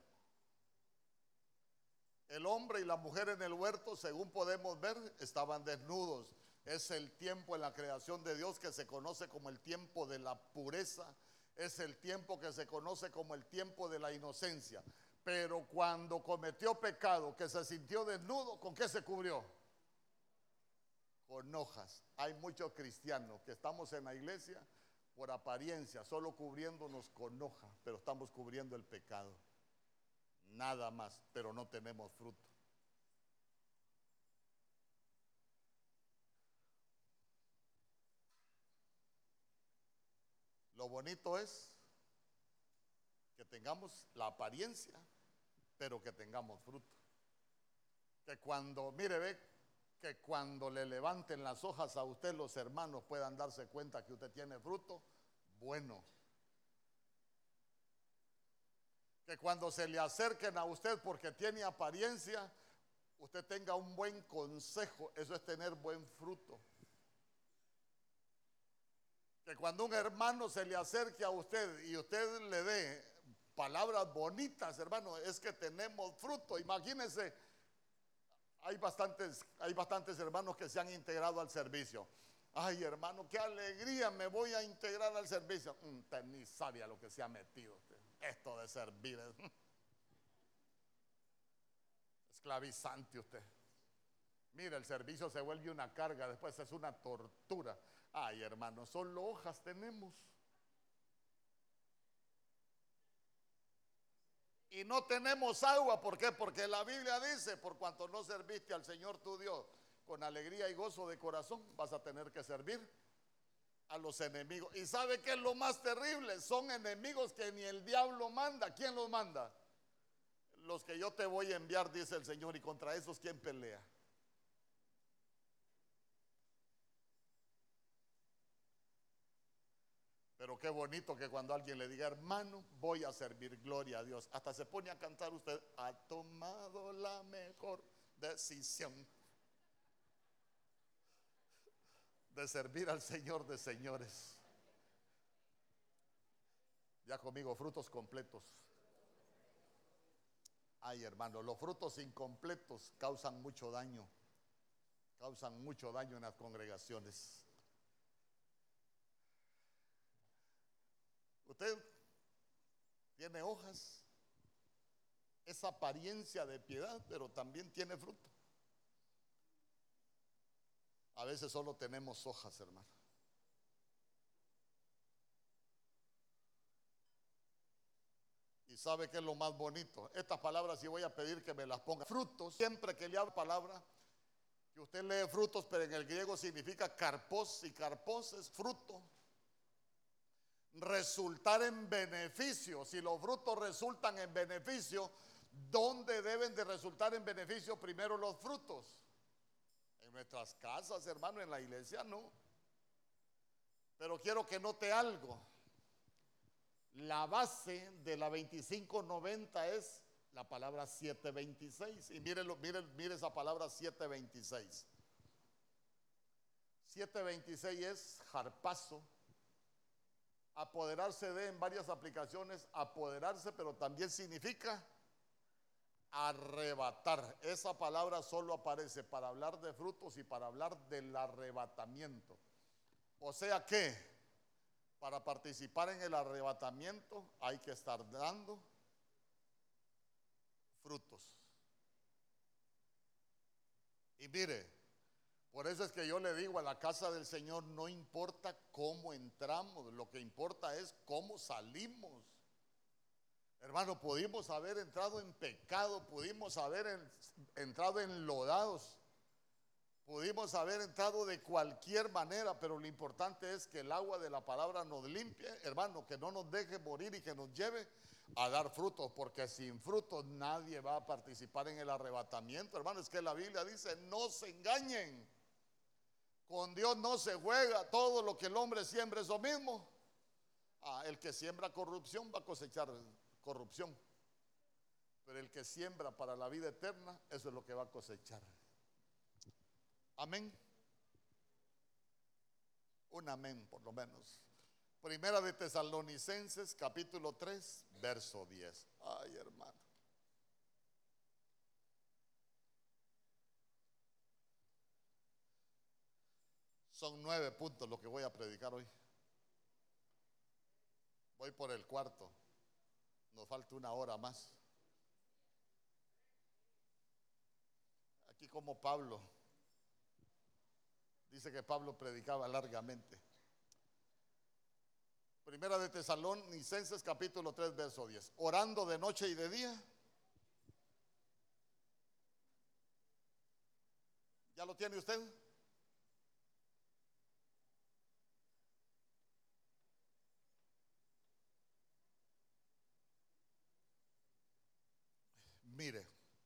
el hombre y la mujer en el huerto, según podemos ver, estaban desnudos. Es el tiempo en la creación de Dios que se conoce como el tiempo de la pureza. Es el tiempo que se conoce como el tiempo de la inocencia. Pero cuando cometió pecado, que se sintió desnudo, ¿con qué se cubrió? Con hojas. Hay muchos cristianos que estamos en la iglesia por apariencia, solo cubriéndonos con hojas, pero estamos cubriendo el pecado. Nada más, pero no tenemos fruto. Lo bonito es que tengamos la apariencia, pero que tengamos fruto. Que cuando, mire, ve, que cuando le levanten las hojas a usted, los hermanos puedan darse cuenta que usted tiene fruto bueno. Que cuando se le acerquen a usted porque tiene apariencia, usted tenga un buen consejo. Eso es tener buen fruto. Que cuando un hermano se le acerque a usted y usted le dé palabras bonitas, hermano, es que tenemos fruto. Imagínense, hay bastantes, hay bastantes hermanos que se han integrado al servicio. Ay, hermano, qué alegría, me voy a integrar al servicio. Mm, usted ni sabe a lo que se ha metido usted. Esto de servir es esclavizante usted. Mira, el servicio se vuelve una carga, después es una tortura. Ay, hermano, solo hojas tenemos. Y no tenemos agua, ¿por qué? Porque la Biblia dice, por cuanto no serviste al Señor tu Dios con alegría y gozo de corazón, vas a tener que servir a los enemigos. ¿Y sabe qué es lo más terrible? Son enemigos que ni el diablo manda. ¿Quién los manda? Los que yo te voy a enviar, dice el Señor, y contra esos, ¿quién pelea? Pero qué bonito que cuando alguien le diga, hermano, voy a servir, gloria a Dios. Hasta se pone a cantar usted, ha tomado la mejor decisión de servir al Señor de señores. Ya conmigo, frutos completos. Ay, hermano, los frutos incompletos causan mucho daño. Causan mucho daño en las congregaciones. Usted tiene hojas, esa apariencia de piedad, pero también tiene fruto. A veces solo tenemos hojas, hermano. Y sabe que es lo más bonito. Estas palabras sí voy a pedir que me las ponga. Frutos, siempre que le hablo palabra, que usted lee frutos, pero en el griego significa karpos, y karpos es fruto. Resultar en beneficio. Si los frutos resultan en beneficio, ¿dónde deben de resultar en beneficio primero los frutos? En nuestras casas, hermano, en la iglesia no. Pero quiero que note algo. La base de la veinticinco noventa es la palabra setecientos veintiséis. Y mire, mire, mire esa palabra setecientos veintiséis. setecientos veintiséis es harpazo. Apoderarse de, en varias aplicaciones, apoderarse, pero también significa arrebatar. Esa palabra solo aparece para hablar de frutos y para hablar del arrebatamiento. O sea que para participar en el arrebatamiento hay que estar dando frutos. Y mire, Por eso es que yo le digo, a la casa del Señor no importa cómo entramos, lo que importa es cómo salimos. Hermano, pudimos haber entrado en pecado, pudimos haber en- entrado enlodados, pudimos haber entrado de cualquier manera, pero lo importante es que el agua de la palabra nos limpie, hermano, que no nos deje morir y que nos lleve a dar frutos, porque sin frutos nadie va a participar en el arrebatamiento. Hermano, es que la Biblia dice: no se engañen, con Dios no se juega, todo lo que el hombre siembra es lo mismo. Ah, el que siembra corrupción va a cosechar corrupción, pero el que siembra para la vida eterna, eso es lo que va a cosechar. Amén. Un amén por lo menos. Primera de Tesalonicenses capítulo tres verso diez. Ay, hermano, son nueve puntos lo que voy a predicar hoy. Voy por el cuarto, nos falta una hora más. Aquí como Pablo, dice que Pablo predicaba largamente. Primera de Tesalonicenses capítulo tres verso diez. Orando de noche y de día. ¿Ya lo tiene usted? Mire,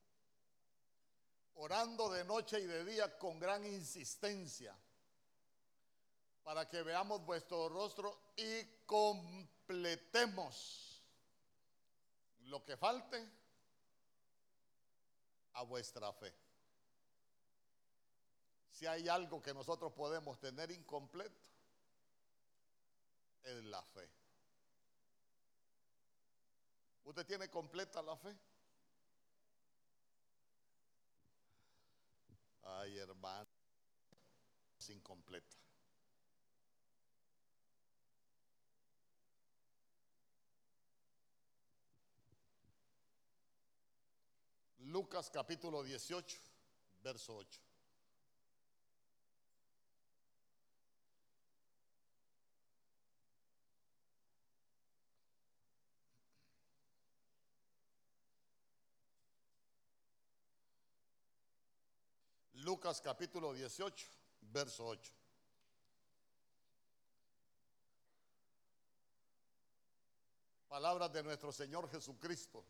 orando de noche y de día con gran insistencia, para que veamos vuestro rostro y completemos lo que falte a vuestra fe. Si hay algo que nosotros podemos tener incompleto, es la fe. ¿Usted tiene completa la fe? Ay, hermano, es incompleta. Lucas capítulo dieciocho verso ocho. Lucas capítulo dieciocho verso ocho. Palabras de nuestro Señor Jesucristo.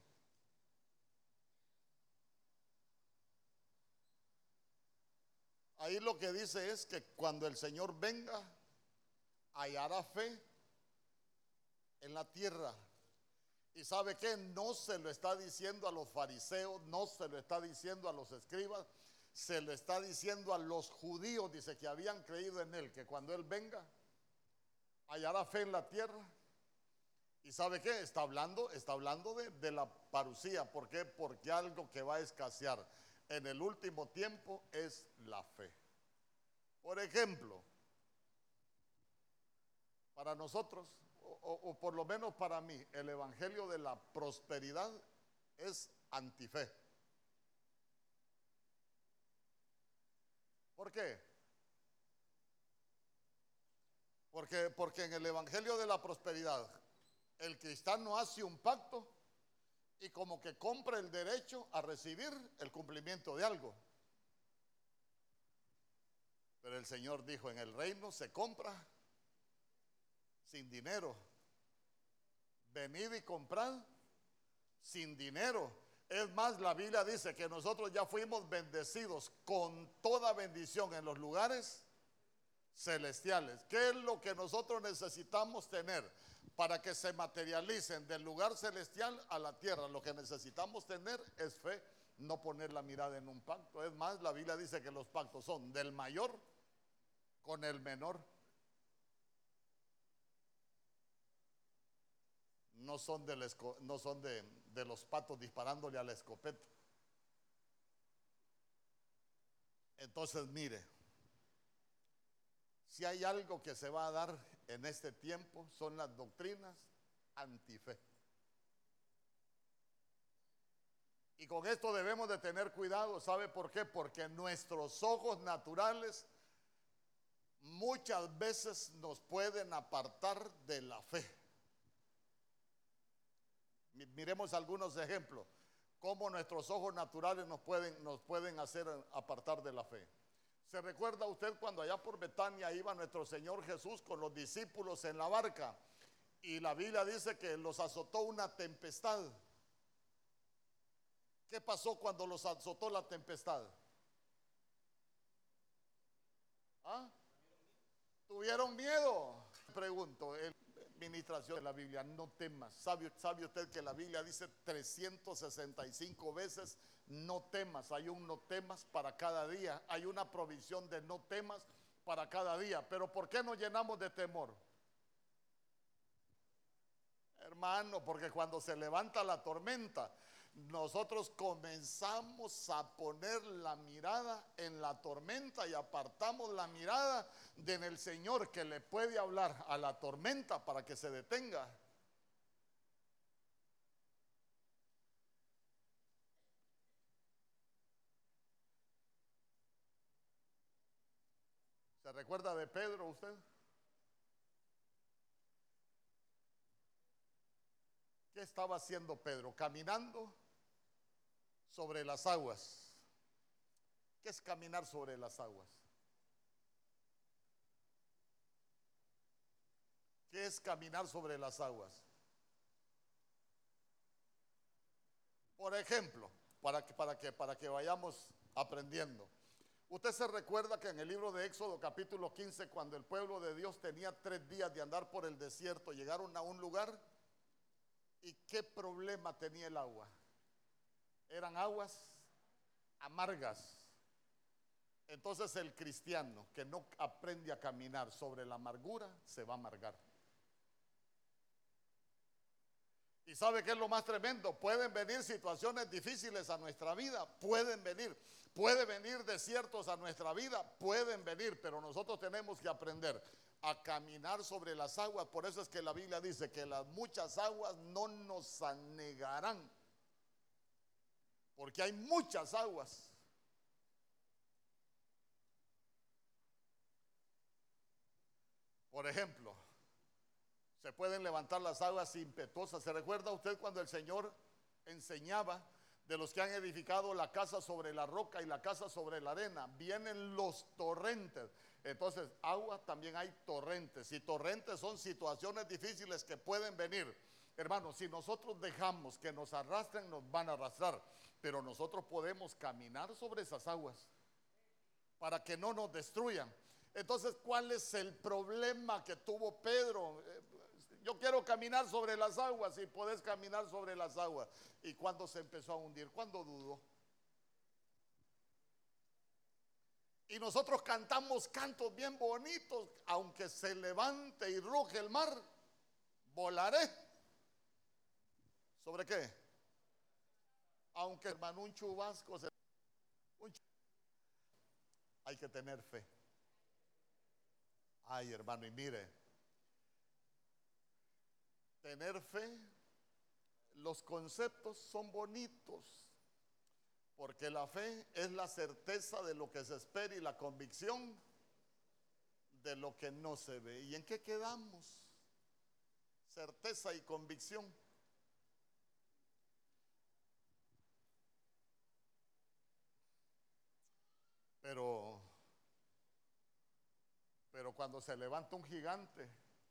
Ahí lo que dice es que cuando el Señor venga, hallará fe en la tierra. Y sabe que no se lo está diciendo a los fariseos, no se lo está diciendo a los escribas, se lo está diciendo a los judíos. Dice que habían creído en él, que cuando él venga hallará fe en la tierra. Y sabe qué, está hablando, está hablando de, de la parucía. ¿Por qué? Porque algo que va a escasear en el último tiempo es la fe. Por ejemplo, para nosotros, o, o- o por lo menos para mí, el evangelio de la prosperidad es antife. ¿Por qué? Porque, porque en el evangelio de la prosperidad, el cristiano hace un pacto y como que compra el derecho a recibir el cumplimiento de algo. Pero el Señor dijo: en el reino se compra sin dinero. Venid y comprad sin dinero. Es más, la Biblia dice que nosotros ya fuimos bendecidos con toda bendición en los lugares celestiales. ¿Qué es lo que nosotros necesitamos tener para que se materialicen del lugar celestial a la tierra? Lo que necesitamos tener es fe, no poner la mirada en un pacto. Es más, la Biblia dice que los pactos son del mayor con el menor. No son, del esco- no son de, de los patos disparándole a la escopeta. Entonces, mire, si hay algo que se va a dar en este tiempo, son las doctrinas antife. Y con esto debemos de tener cuidado. ¿Sabe por qué? Porque nuestros ojos naturales muchas veces nos pueden apartar de la fe. Miremos algunos ejemplos. Cómo nuestros ojos naturales nos pueden, nos pueden hacer apartar de la fe. ¿Se recuerda usted cuando allá por Betania iba nuestro Señor Jesús con los discípulos en la barca? Y la Biblia dice que los azotó una tempestad. ¿Qué pasó cuando los azotó la tempestad? ¿Ah? ¿Tuvieron miedo? Pregunto, en administración de la Biblia, no temas. ¿Sabe, sabe usted que la Biblia dice trescientas sesenta y cinco veces no temas? Hay un no temas para cada día. Hay una provisión de no temas para cada día. Pero ¿por qué nos llenamos de temor? Hermano, porque cuando se levanta la tormenta, nosotros comenzamos a poner la mirada en la tormenta y apartamos la mirada de en el Señor, que le puede hablar a la tormenta para que se detenga. ¿Se recuerda de Pedro usted? ¿Qué estaba haciendo Pedro? Caminando sobre las aguas. ¿Qué es caminar sobre las aguas? ¿Qué es caminar sobre las aguas? Por ejemplo, para que, para que, para que vayamos aprendiendo. Usted se recuerda que en el libro de Éxodo capítulo quince, cuando el pueblo de Dios tenía tres días de andar por el desierto, llegaron a un lugar. ¿Y qué problema tenía el agua? Eran aguas amargas. Entonces el cristiano que no aprende a caminar sobre la amargura se va a amargar. ¿Y sabe qué es lo más tremendo? Pueden venir situaciones difíciles a nuestra vida, pueden venir, puede venir desiertos a nuestra vida, pueden venir, pero nosotros tenemos que aprender a caminar sobre las aguas. Por eso es que la Biblia dice que las muchas aguas no nos anegarán, porque hay muchas aguas. Por ejemplo, se pueden levantar las aguas impetuosas. ¿Se recuerda usted cuando el Señor enseñaba de los que han edificado la casa sobre la roca y la casa sobre la arena? Vienen los torrentes. Entonces, agua también hay torrentes. Y torrentes son situaciones difíciles que pueden venir. Hermanos, si nosotros dejamos que nos arrastren, nos van a arrastrar. Pero nosotros podemos caminar sobre esas aguas para que no nos destruyan. Entonces, ¿cuál es el problema que tuvo Pedro? Yo quiero caminar sobre las aguas, y podés caminar sobre las aguas. ¿Y cuando se empezó a hundir? ¿Cuándo dudó? Y nosotros cantamos cantos bien bonitos. Aunque se levante y ruge el mar, volaré. ¿Sobre qué? Aunque, hermano, un chubasco se... un ch... Hay que tener fe. Ay, hermano, y mire, tener fe, los conceptos son bonitos, porque la fe es la certeza de lo que se espera y la convicción de lo que no se ve. ¿Y en qué quedamos? Certeza y convicción. Pero, pero cuando se levanta un gigante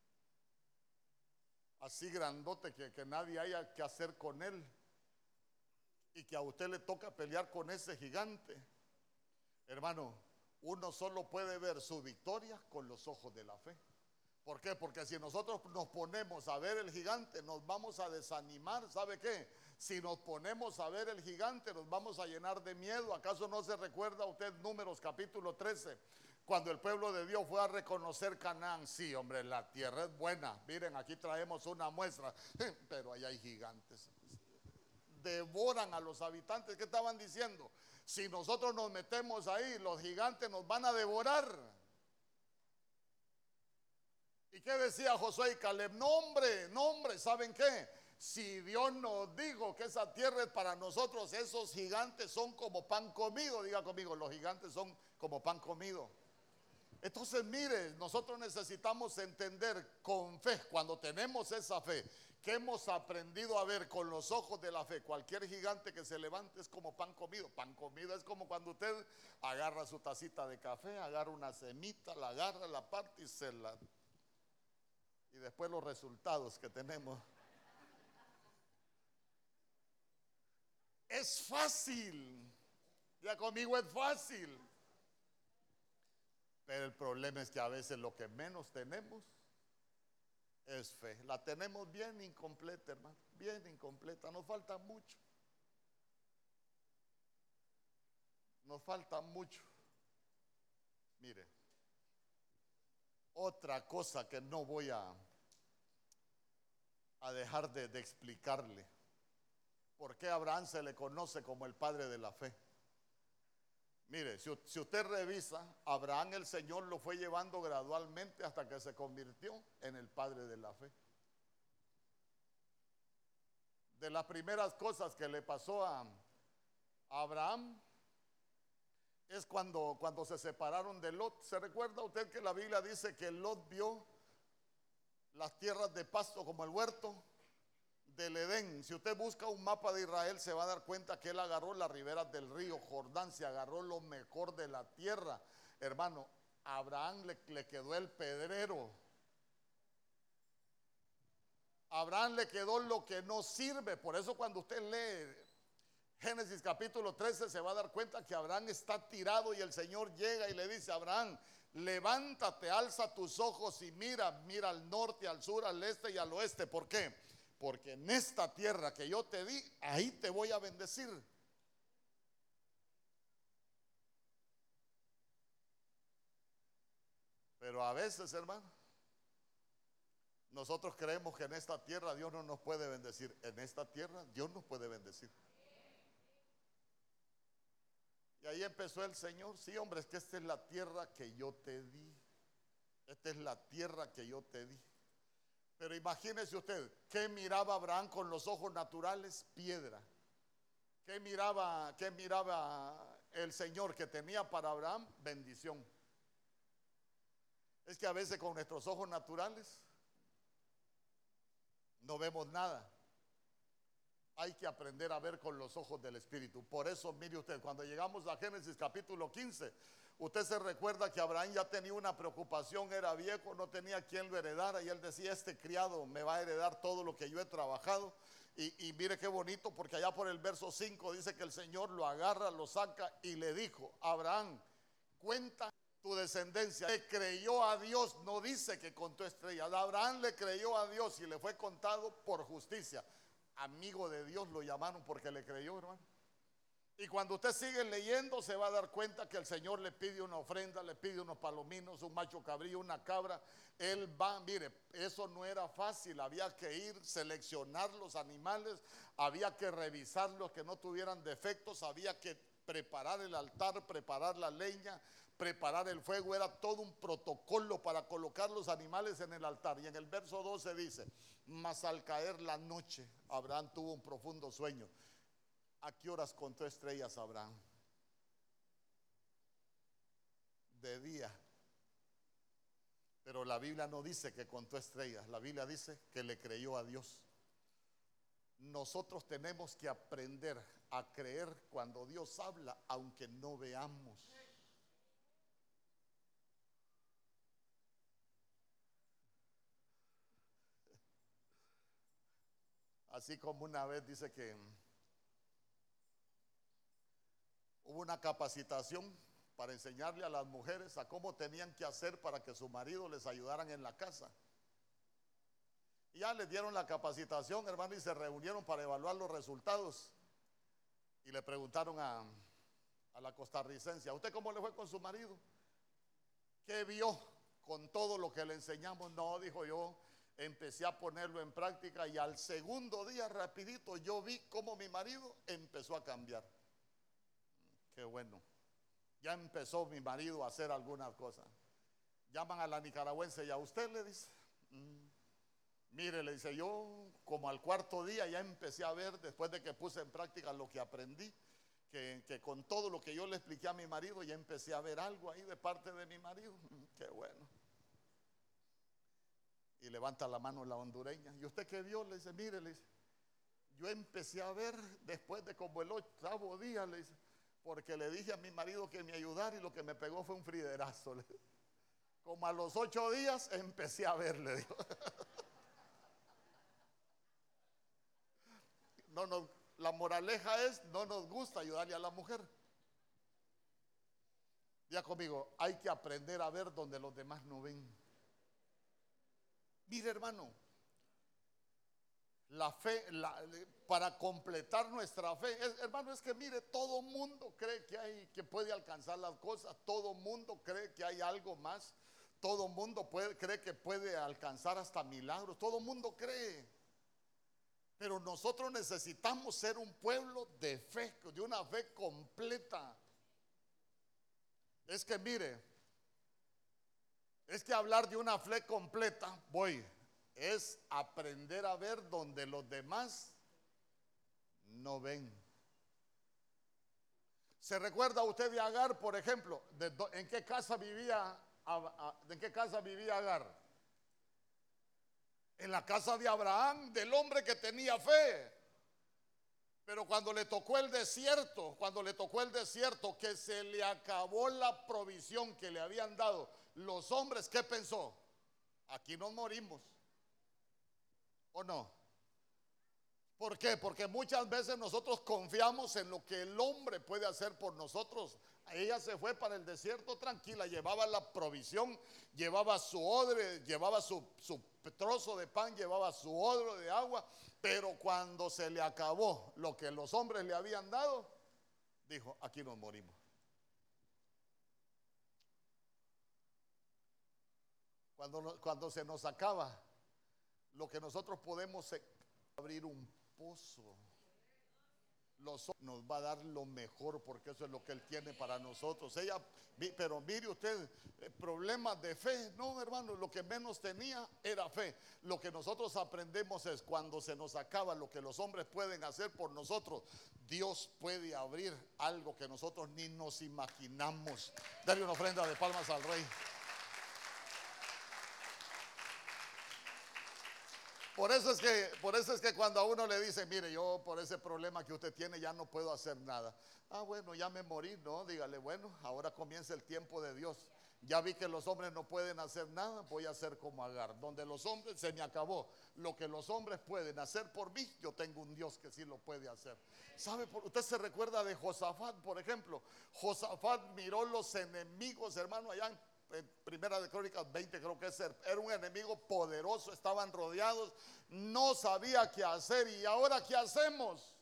así grandote que, que nadie haya que hacer con él, y que a usted le toca pelear con ese gigante, hermano, uno solo puede ver su victoria con los ojos de la fe. ¿Por qué? Porque si nosotros nos ponemos a ver el gigante, nos vamos a desanimar. ¿Sabe qué? Si nos ponemos a ver el gigante, nos vamos a llenar de miedo. ¿Acaso no se recuerda usted Números capítulo trece? Cuando el pueblo de Dios fue a reconocer Canaán. Sí, hombre, la tierra es buena. Miren, aquí traemos una muestra. Pero allá hay gigantes. Devoran a los habitantes. ¿Qué estaban diciendo? Si nosotros nos metemos ahí, los gigantes nos van a devorar. ¿Y qué decía Josué y Caleb? No, hombre, no, hombre, ¿saben qué? Si Dios nos dijo que esa tierra es para nosotros, esos gigantes son como pan comido. Diga conmigo, los gigantes son como pan comido. Entonces, mire, nosotros necesitamos entender con fe, cuando tenemos esa fe, que hemos aprendido a ver con los ojos de la fe, cualquier gigante que se levante es como pan comido. Pan comido es como cuando usted agarra su tacita de café, agarra una semita, la agarra, la parte y se la... Y después los resultados que tenemos. Es fácil. Ya conmigo es fácil. Pero el problema es que a veces lo que menos tenemos es fe. La tenemos bien incompleta, hermano. Bien incompleta. Nos falta mucho. Nos falta mucho. Mire, otra cosa que no voy a, a dejar de, de explicarle. ¿Por qué a Abraham se le conoce como el padre de la fe? Mire, si, si usted revisa, Abraham el Señor lo fue llevando gradualmente hasta que se convirtió en el padre de la fe. De las primeras cosas que le pasó a, a Abraham es cuando, cuando se separaron de Lot. ¿Se recuerda usted que la Biblia dice que Lot vio las tierras de pasto como el huerto del Edén? Si usted busca un mapa de Israel, se va a dar cuenta que él agarró las riberas del río Jordán, se agarró lo mejor de la tierra. Hermano, a Abraham le, le quedó el pedrero. A Abraham le quedó lo que no sirve. Por eso cuando usted lee Génesis capítulo trece, se va a dar cuenta que Abraham está tirado y el Señor llega y le dice: Abraham, levántate, alza tus ojos y mira, mira al norte, al sur, al este y al oeste. ¿Por qué? Porque en esta tierra que yo te di, ahí te voy a bendecir. Pero a veces, hermano, nosotros creemos que en esta tierra Dios no nos puede bendecir. En esta tierra Dios nos puede bendecir. Y ahí empezó el Señor: sí, hombre, es que esta es la tierra que yo te di. Esta es la tierra que yo te di. Pero imagínese usted, ¿qué miraba Abraham con los ojos naturales? Piedra. ¿Qué miraba, qué miraba el Señor que tenía para Abraham? Bendición. Es que a veces con nuestros ojos naturales no vemos nada. Hay que aprender a ver con los ojos del Espíritu. Por eso, mire usted, cuando llegamos a Génesis capítulo quince, usted se recuerda que Abraham ya tenía una preocupación, era viejo, no tenía quien lo heredara, y él decía: este criado me va a heredar todo lo que yo he trabajado. Y, y mire qué bonito, porque allá por el verso cinco dice que el Señor lo agarra, lo saca y le dijo: Abraham, cuenta tu descendencia. Le creyó a Dios, no dice que contó estrellas. Abraham le creyó a Dios y le fue contado por justicia. Amigo de Dios lo llamaron porque le creyó, hermano. Y cuando usted sigue leyendo, se va a dar cuenta que el Señor le pide una ofrenda, le pide unos palominos, un macho cabrío, una cabra. Él va, mire, eso no era fácil. Había que ir, seleccionar los animales, había que revisarlos que no tuvieran defectos, había que preparar el altar, preparar la leña, preparar el fuego. Era todo un protocolo para colocar los animales en el altar. Y en el verso doce dice: mas al caer la noche, Abraham tuvo un profundo sueño. ¿A qué horas contó estrellas Abraham? De día. Pero la Biblia no dice que contó estrellas. La Biblia dice que le creyó a Dios. Nosotros tenemos que aprender a creer cuando Dios habla, aunque no veamos. Así como una vez dice que hubo una capacitación para enseñarle a las mujeres a cómo tenían que hacer para que su marido les ayudaran en la casa. Y ya les dieron la capacitación, hermano, y se reunieron para evaluar los resultados. Y le preguntaron a, a la costarricense: ¿a usted cómo le fue con su marido? ¿Qué vio con todo lo que le enseñamos? No, dijo, yo empecé a ponerlo en práctica y al segundo día rapidito yo vi cómo mi marido empezó a cambiar. Qué bueno. Ya empezó mi marido a hacer algunas cosas. Llaman a la nicaragüense y: a usted le dice, mmm, Mire, le dice, yo como al cuarto día ya empecé a ver, después de que puse en práctica lo que aprendí, que, que con todo lo que yo le expliqué a mi marido, ya empecé a ver algo ahí de parte de mi marido. Qué bueno. Y levanta la mano la hondureña. ¿Y usted qué vio? Le dice, mire, le dice, yo empecé a ver después de como el octavo día, le dice, porque le dije a mi marido que me ayudara y lo que me pegó fue un friderazo. Le- Como a los ocho días empecé a ver, le digo. No nos, la moraleja es, no nos gusta ayudarle a la mujer. Ya conmigo, hay que aprender a ver donde los demás no ven. Mire, hermano, la fe, la- para completar nuestra fe, es- hermano, es que mire, todo mundo cree que hay, que puede alcanzar las cosas, todo mundo cree que hay algo más, todo mundo puede, cree que puede alcanzar hasta milagros, todo mundo cree. Pero nosotros necesitamos ser un pueblo de fe, de una fe completa. Es que mire, es que hablar de una fe completa, voy, es aprender a ver donde los demás no ven. ¿Se recuerda usted de Agar, por ejemplo? ¿De do- ¿En qué casa vivía, a- a- ¿en qué casa vivía Agar? En la casa de Abraham, del hombre que tenía fe. Pero cuando le tocó el desierto, cuando le tocó el desierto, que se le acabó la provisión que le habían dado los hombres, ¿qué pensó? Aquí nos morimos, ¿o no? ¿Por qué? Porque muchas veces nosotros confiamos en lo que el hombre puede hacer por nosotros. Ella se fue para el desierto tranquila, llevaba la provisión, llevaba su odre, llevaba su, su trozo de pan, llevaba su odre de agua, pero cuando se le acabó lo que los hombres le habían dado, dijo, aquí nos morimos. Cuando, no- cuando se nos acaba lo que nosotros podemos eh, abrir un pozo. Los, nos va a dar lo mejor porque eso es lo que Él tiene para nosotros. Ella, pero mire usted, eh, problemas de fe, no, hermano, lo que menos tenía era fe. Lo que nosotros aprendemos es cuando se nos acaba lo que los hombres pueden hacer por nosotros, Dios puede abrir algo que nosotros ni nos imaginamos. Darle una ofrenda de palmas al Rey. Por eso es que, por eso es que cuando a uno le dice, mire, yo por ese problema que usted tiene ya no puedo hacer nada. Ah, bueno, ya me morí, no, dígale, bueno, ahora comienza el tiempo de Dios. Ya vi que los hombres no pueden hacer nada, voy a hacer como Agar. Donde los hombres, se me acabó. Lo que los hombres pueden hacer por mí, yo tengo un Dios que sí lo puede hacer. ¿Sabe? Usted se recuerda de Josafat, por ejemplo. Josafat miró los enemigos, hermano, allá en en Primera de Crónicas veinte, creo que es, era un enemigo poderoso, estaban rodeados, no sabía qué hacer. ¿Y ahora qué hacemos?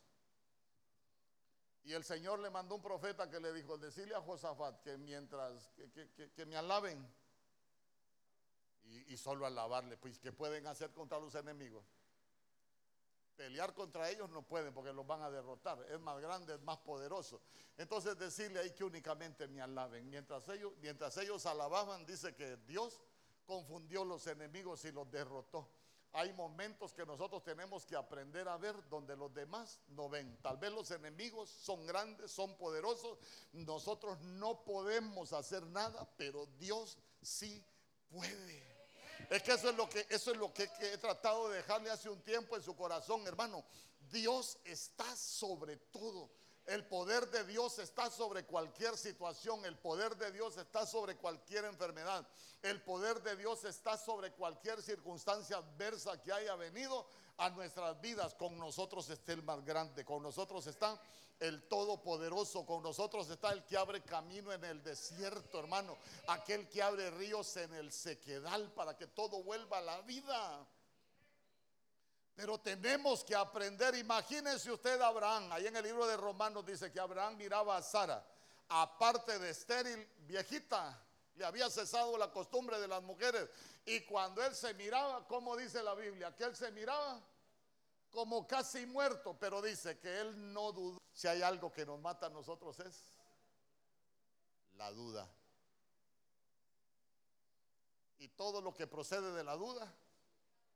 Y el Señor le mandó un profeta que le dijo, decirle a Josafat que mientras que, que, que, que me alaben. Y, y solo alabarle, pues ¿qué pueden hacer contra los enemigos? Pelear contra ellos no pueden porque los van a derrotar. Es más grande, es más poderoso. Entonces decirle ahí que únicamente me alaben. Mientras ellos, mientras ellos alababan, dice que Dios confundió los enemigos y los derrotó. Hay momentos que nosotros tenemos que aprender a ver donde los demás no ven. Tal vez los enemigos son grandes, son poderosos. Nosotros no podemos hacer nada, pero Dios sí puede. Es que eso es lo que, eso es lo que, que he tratado de dejarle hace un tiempo en su corazón, hermano. Dios está sobre todo. El poder de Dios está sobre cualquier situación. El poder de Dios está sobre cualquier enfermedad. El poder de Dios está sobre cualquier circunstancia adversa que haya venido a nuestras vidas. Con nosotros está el más grande. Con nosotros está el todopoderoso. Con nosotros está el que abre camino en el desierto, hermano. Aquel que abre ríos en el sequedal para que todo vuelva a la vida. Pero tenemos que aprender. Imagínense usted a Abraham. Ahí en el libro de Romanos dice que Abraham miraba a Sara, aparte de estéril, viejita. Le había cesado la costumbre de las mujeres. Y cuando él se miraba, ¿cómo dice la Biblia? Que él se miraba como casi muerto. Pero dice que él no dudó. Si hay algo que nos mata a nosotros es la duda. Y todo lo que procede de la duda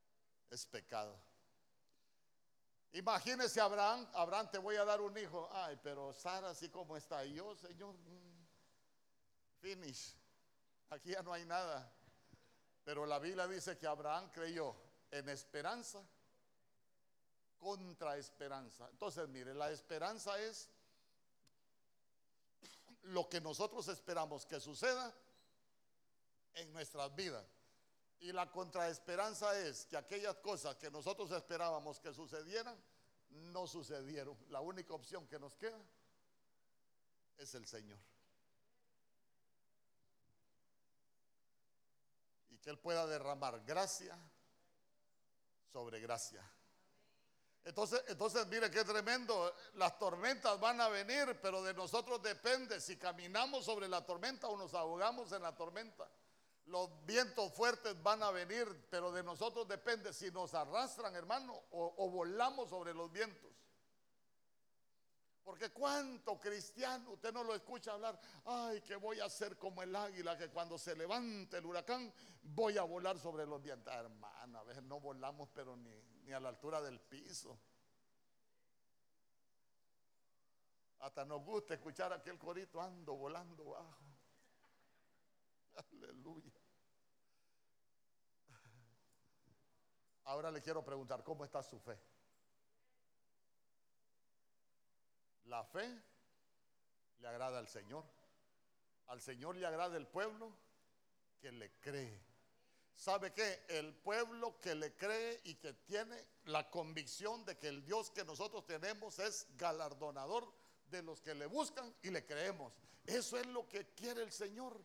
es pecado. Imagínese a Abraham, Abraham, te voy a dar un hijo. Ay, pero Sara así como está. Y yo, Señor, mm, finish, aquí ya no hay nada. Pero la Biblia dice que Abraham creyó en esperanza contra esperanza. Entonces, mire, la esperanza es lo que nosotros esperamos que suceda en nuestras vidas. Y la contraesperanza es que aquellas cosas que nosotros esperábamos que sucedieran, no sucedieron. La única opción que nos queda es el Señor. Y que Él pueda derramar gracia sobre gracia. Entonces, entonces mire qué tremendo. Las tormentas van a venir, pero de nosotros depende si caminamos sobre la tormenta o nos ahogamos en la tormenta. Los vientos fuertes van a venir, pero de nosotros depende si nos arrastran, hermano, o, o volamos sobre los vientos. Porque cuánto cristiano usted no lo escucha hablar, ay, que voy a ser como el águila, que cuando se levante el huracán voy a volar sobre los vientos. Ah, hermana, a veces no volamos, pero ni, ni a la altura del piso. Hasta nos gusta escuchar aquel corito, ando volando bajo. Aleluya. Ahora le quiero preguntar, ¿cómo está su fe? La fe le agrada al Señor. Al Señor le agrada el pueblo que le cree. ¿Sabe qué? El pueblo que le cree y que tiene la convicción de que el Dios que nosotros tenemos es galardonador de los que le buscan y le creemos. Eso es lo que quiere el Señor.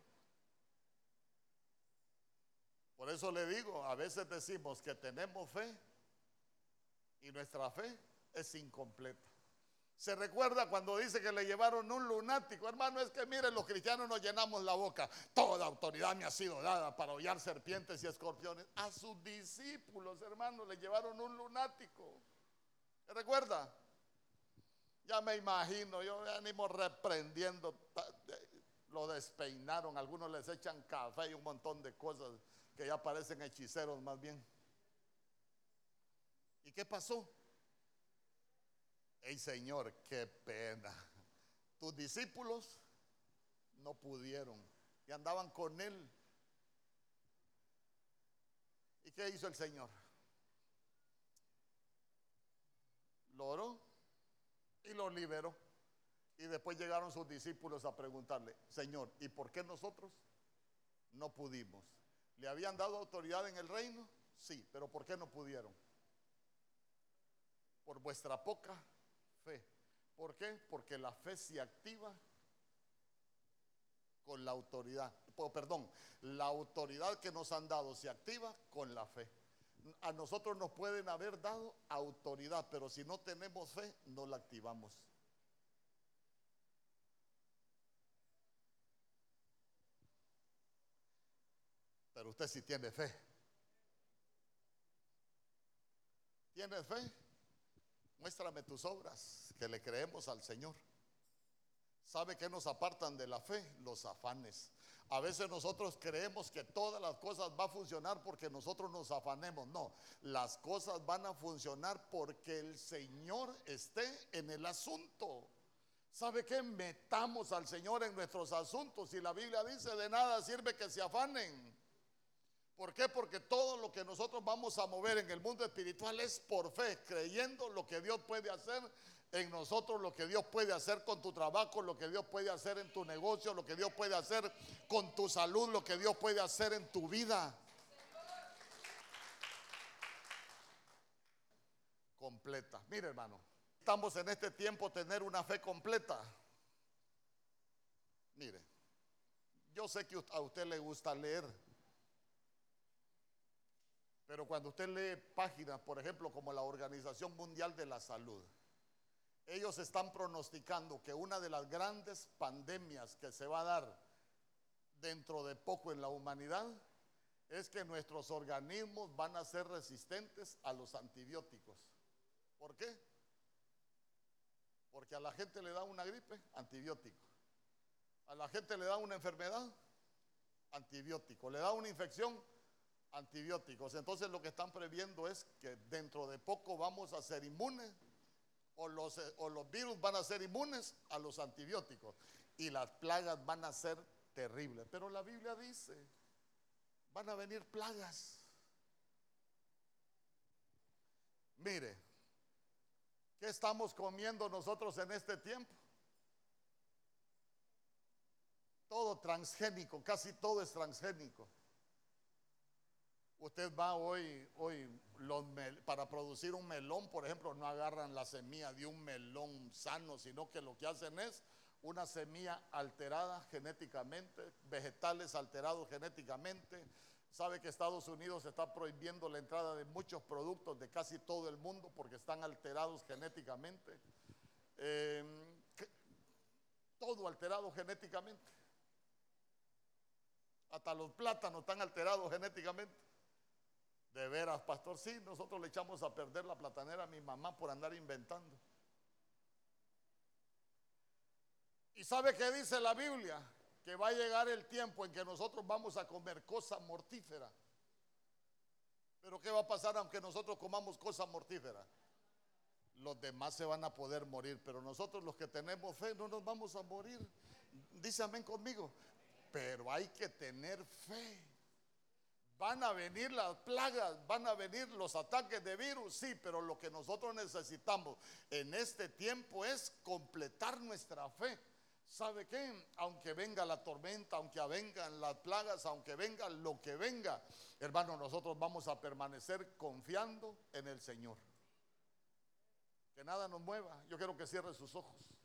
Por eso le digo, a veces decimos que tenemos fe y nuestra fe es incompleta. Se recuerda cuando dice que le llevaron un lunático. Hermano, es que miren, los cristianos nos llenamos la boca. Toda autoridad me ha sido dada para hollar serpientes y escorpiones. A sus discípulos, hermano, le llevaron un lunático. ¿Se recuerda? Ya me imagino, yo ya animo reprendiendo. Lo despeinaron, algunos les echan café y un montón de cosas que ya parecen hechiceros más bien. ¿Y qué pasó? Ey, Señor, qué pena. Tus discípulos no pudieron y andaban con Él. ¿Y qué hizo el Señor? Lo oró y lo liberó. Y después llegaron sus discípulos a preguntarle, Señor, ¿y por qué nosotros no pudimos? ¿Le habían dado autoridad en el reino? Sí, pero ¿por qué no pudieron? Por vuestra poca fe. ¿Por qué? Porque la fe se activa con la autoridad. Oh, perdón, la autoridad que nos han dado se activa con la fe. A nosotros nos pueden haber dado autoridad, pero si no tenemos fe, no la activamos. Pero usted sí tiene fe. ¿Tienes fe? Muéstrame tus obras, que le creemos al Señor. ¿Sabe qué nos apartan de la fe? Los afanes. A veces nosotros creemos que todas las cosas van a funcionar porque nosotros nos afanemos. No, las cosas van a funcionar porque el Señor esté en el asunto. ¿Sabe qué? Metamos al Señor en nuestros asuntos. Y la Biblia dice, de nada sirve que se afanen. ¿Por qué? Porque todo lo que nosotros vamos a mover en el mundo espiritual es por fe, creyendo lo que Dios puede hacer en nosotros, lo que Dios puede hacer con tu trabajo, lo que Dios puede hacer en tu negocio, lo que Dios puede hacer con tu salud, lo que Dios puede hacer en tu vida. Completa. Mire, hermano, estamos en este tiempo tener una fe completa. Mire, yo sé que a usted le gusta leer. Pero cuando usted lee páginas, por ejemplo, como la Organización Mundial de la Salud, ellos están pronosticando que una de las grandes pandemias que se va a dar dentro de poco en la humanidad es que nuestros organismos van a ser resistentes a los antibióticos. ¿Por qué? Porque a la gente le da una gripe, antibiótico. A la gente le da una enfermedad, antibiótico. Le da una infección, Antibióticos. Entonces lo que están previendo es que dentro de poco vamos a ser inmunes, o los, o los virus van a ser inmunes a los antibióticos, y las plagas van a ser terribles. Pero la Biblia dice, van a venir plagas. Mire, ¿qué estamos comiendo nosotros en este tiempo? Todo transgénico, casi todo es transgénico. Usted va hoy, hoy los para producir un melón, por ejemplo, no agarran la semilla de un melón sano, sino que lo que hacen es una semilla alterada genéticamente, vegetales alterados genéticamente. Sabe que Estados Unidos está prohibiendo la entrada de muchos productos de casi todo el mundo porque están alterados genéticamente. Eh, todo alterado genéticamente. Hasta los plátanos están alterados genéticamente. De veras, pastor, sí, nosotros le echamos a perder la platanera a mi mamá por andar inventando. ¿Y sabe qué dice la Biblia? Que va a llegar el tiempo en que nosotros vamos a comer cosas mortíferas. Pero ¿qué va a pasar aunque nosotros comamos cosas mortíferas? Los demás se van a poder morir, pero nosotros los que tenemos fe no nos vamos a morir. Dice amén conmigo. Pero hay que tener fe. Van a venir las plagas, van a venir los ataques de virus, sí, pero lo que nosotros necesitamos en este tiempo es completar nuestra fe. ¿Sabe qué? Aunque venga la tormenta, aunque vengan las plagas, aunque venga lo que venga, hermano, nosotros vamos a permanecer confiando en el Señor. Que nada nos mueva. Yo quiero que cierre sus ojos.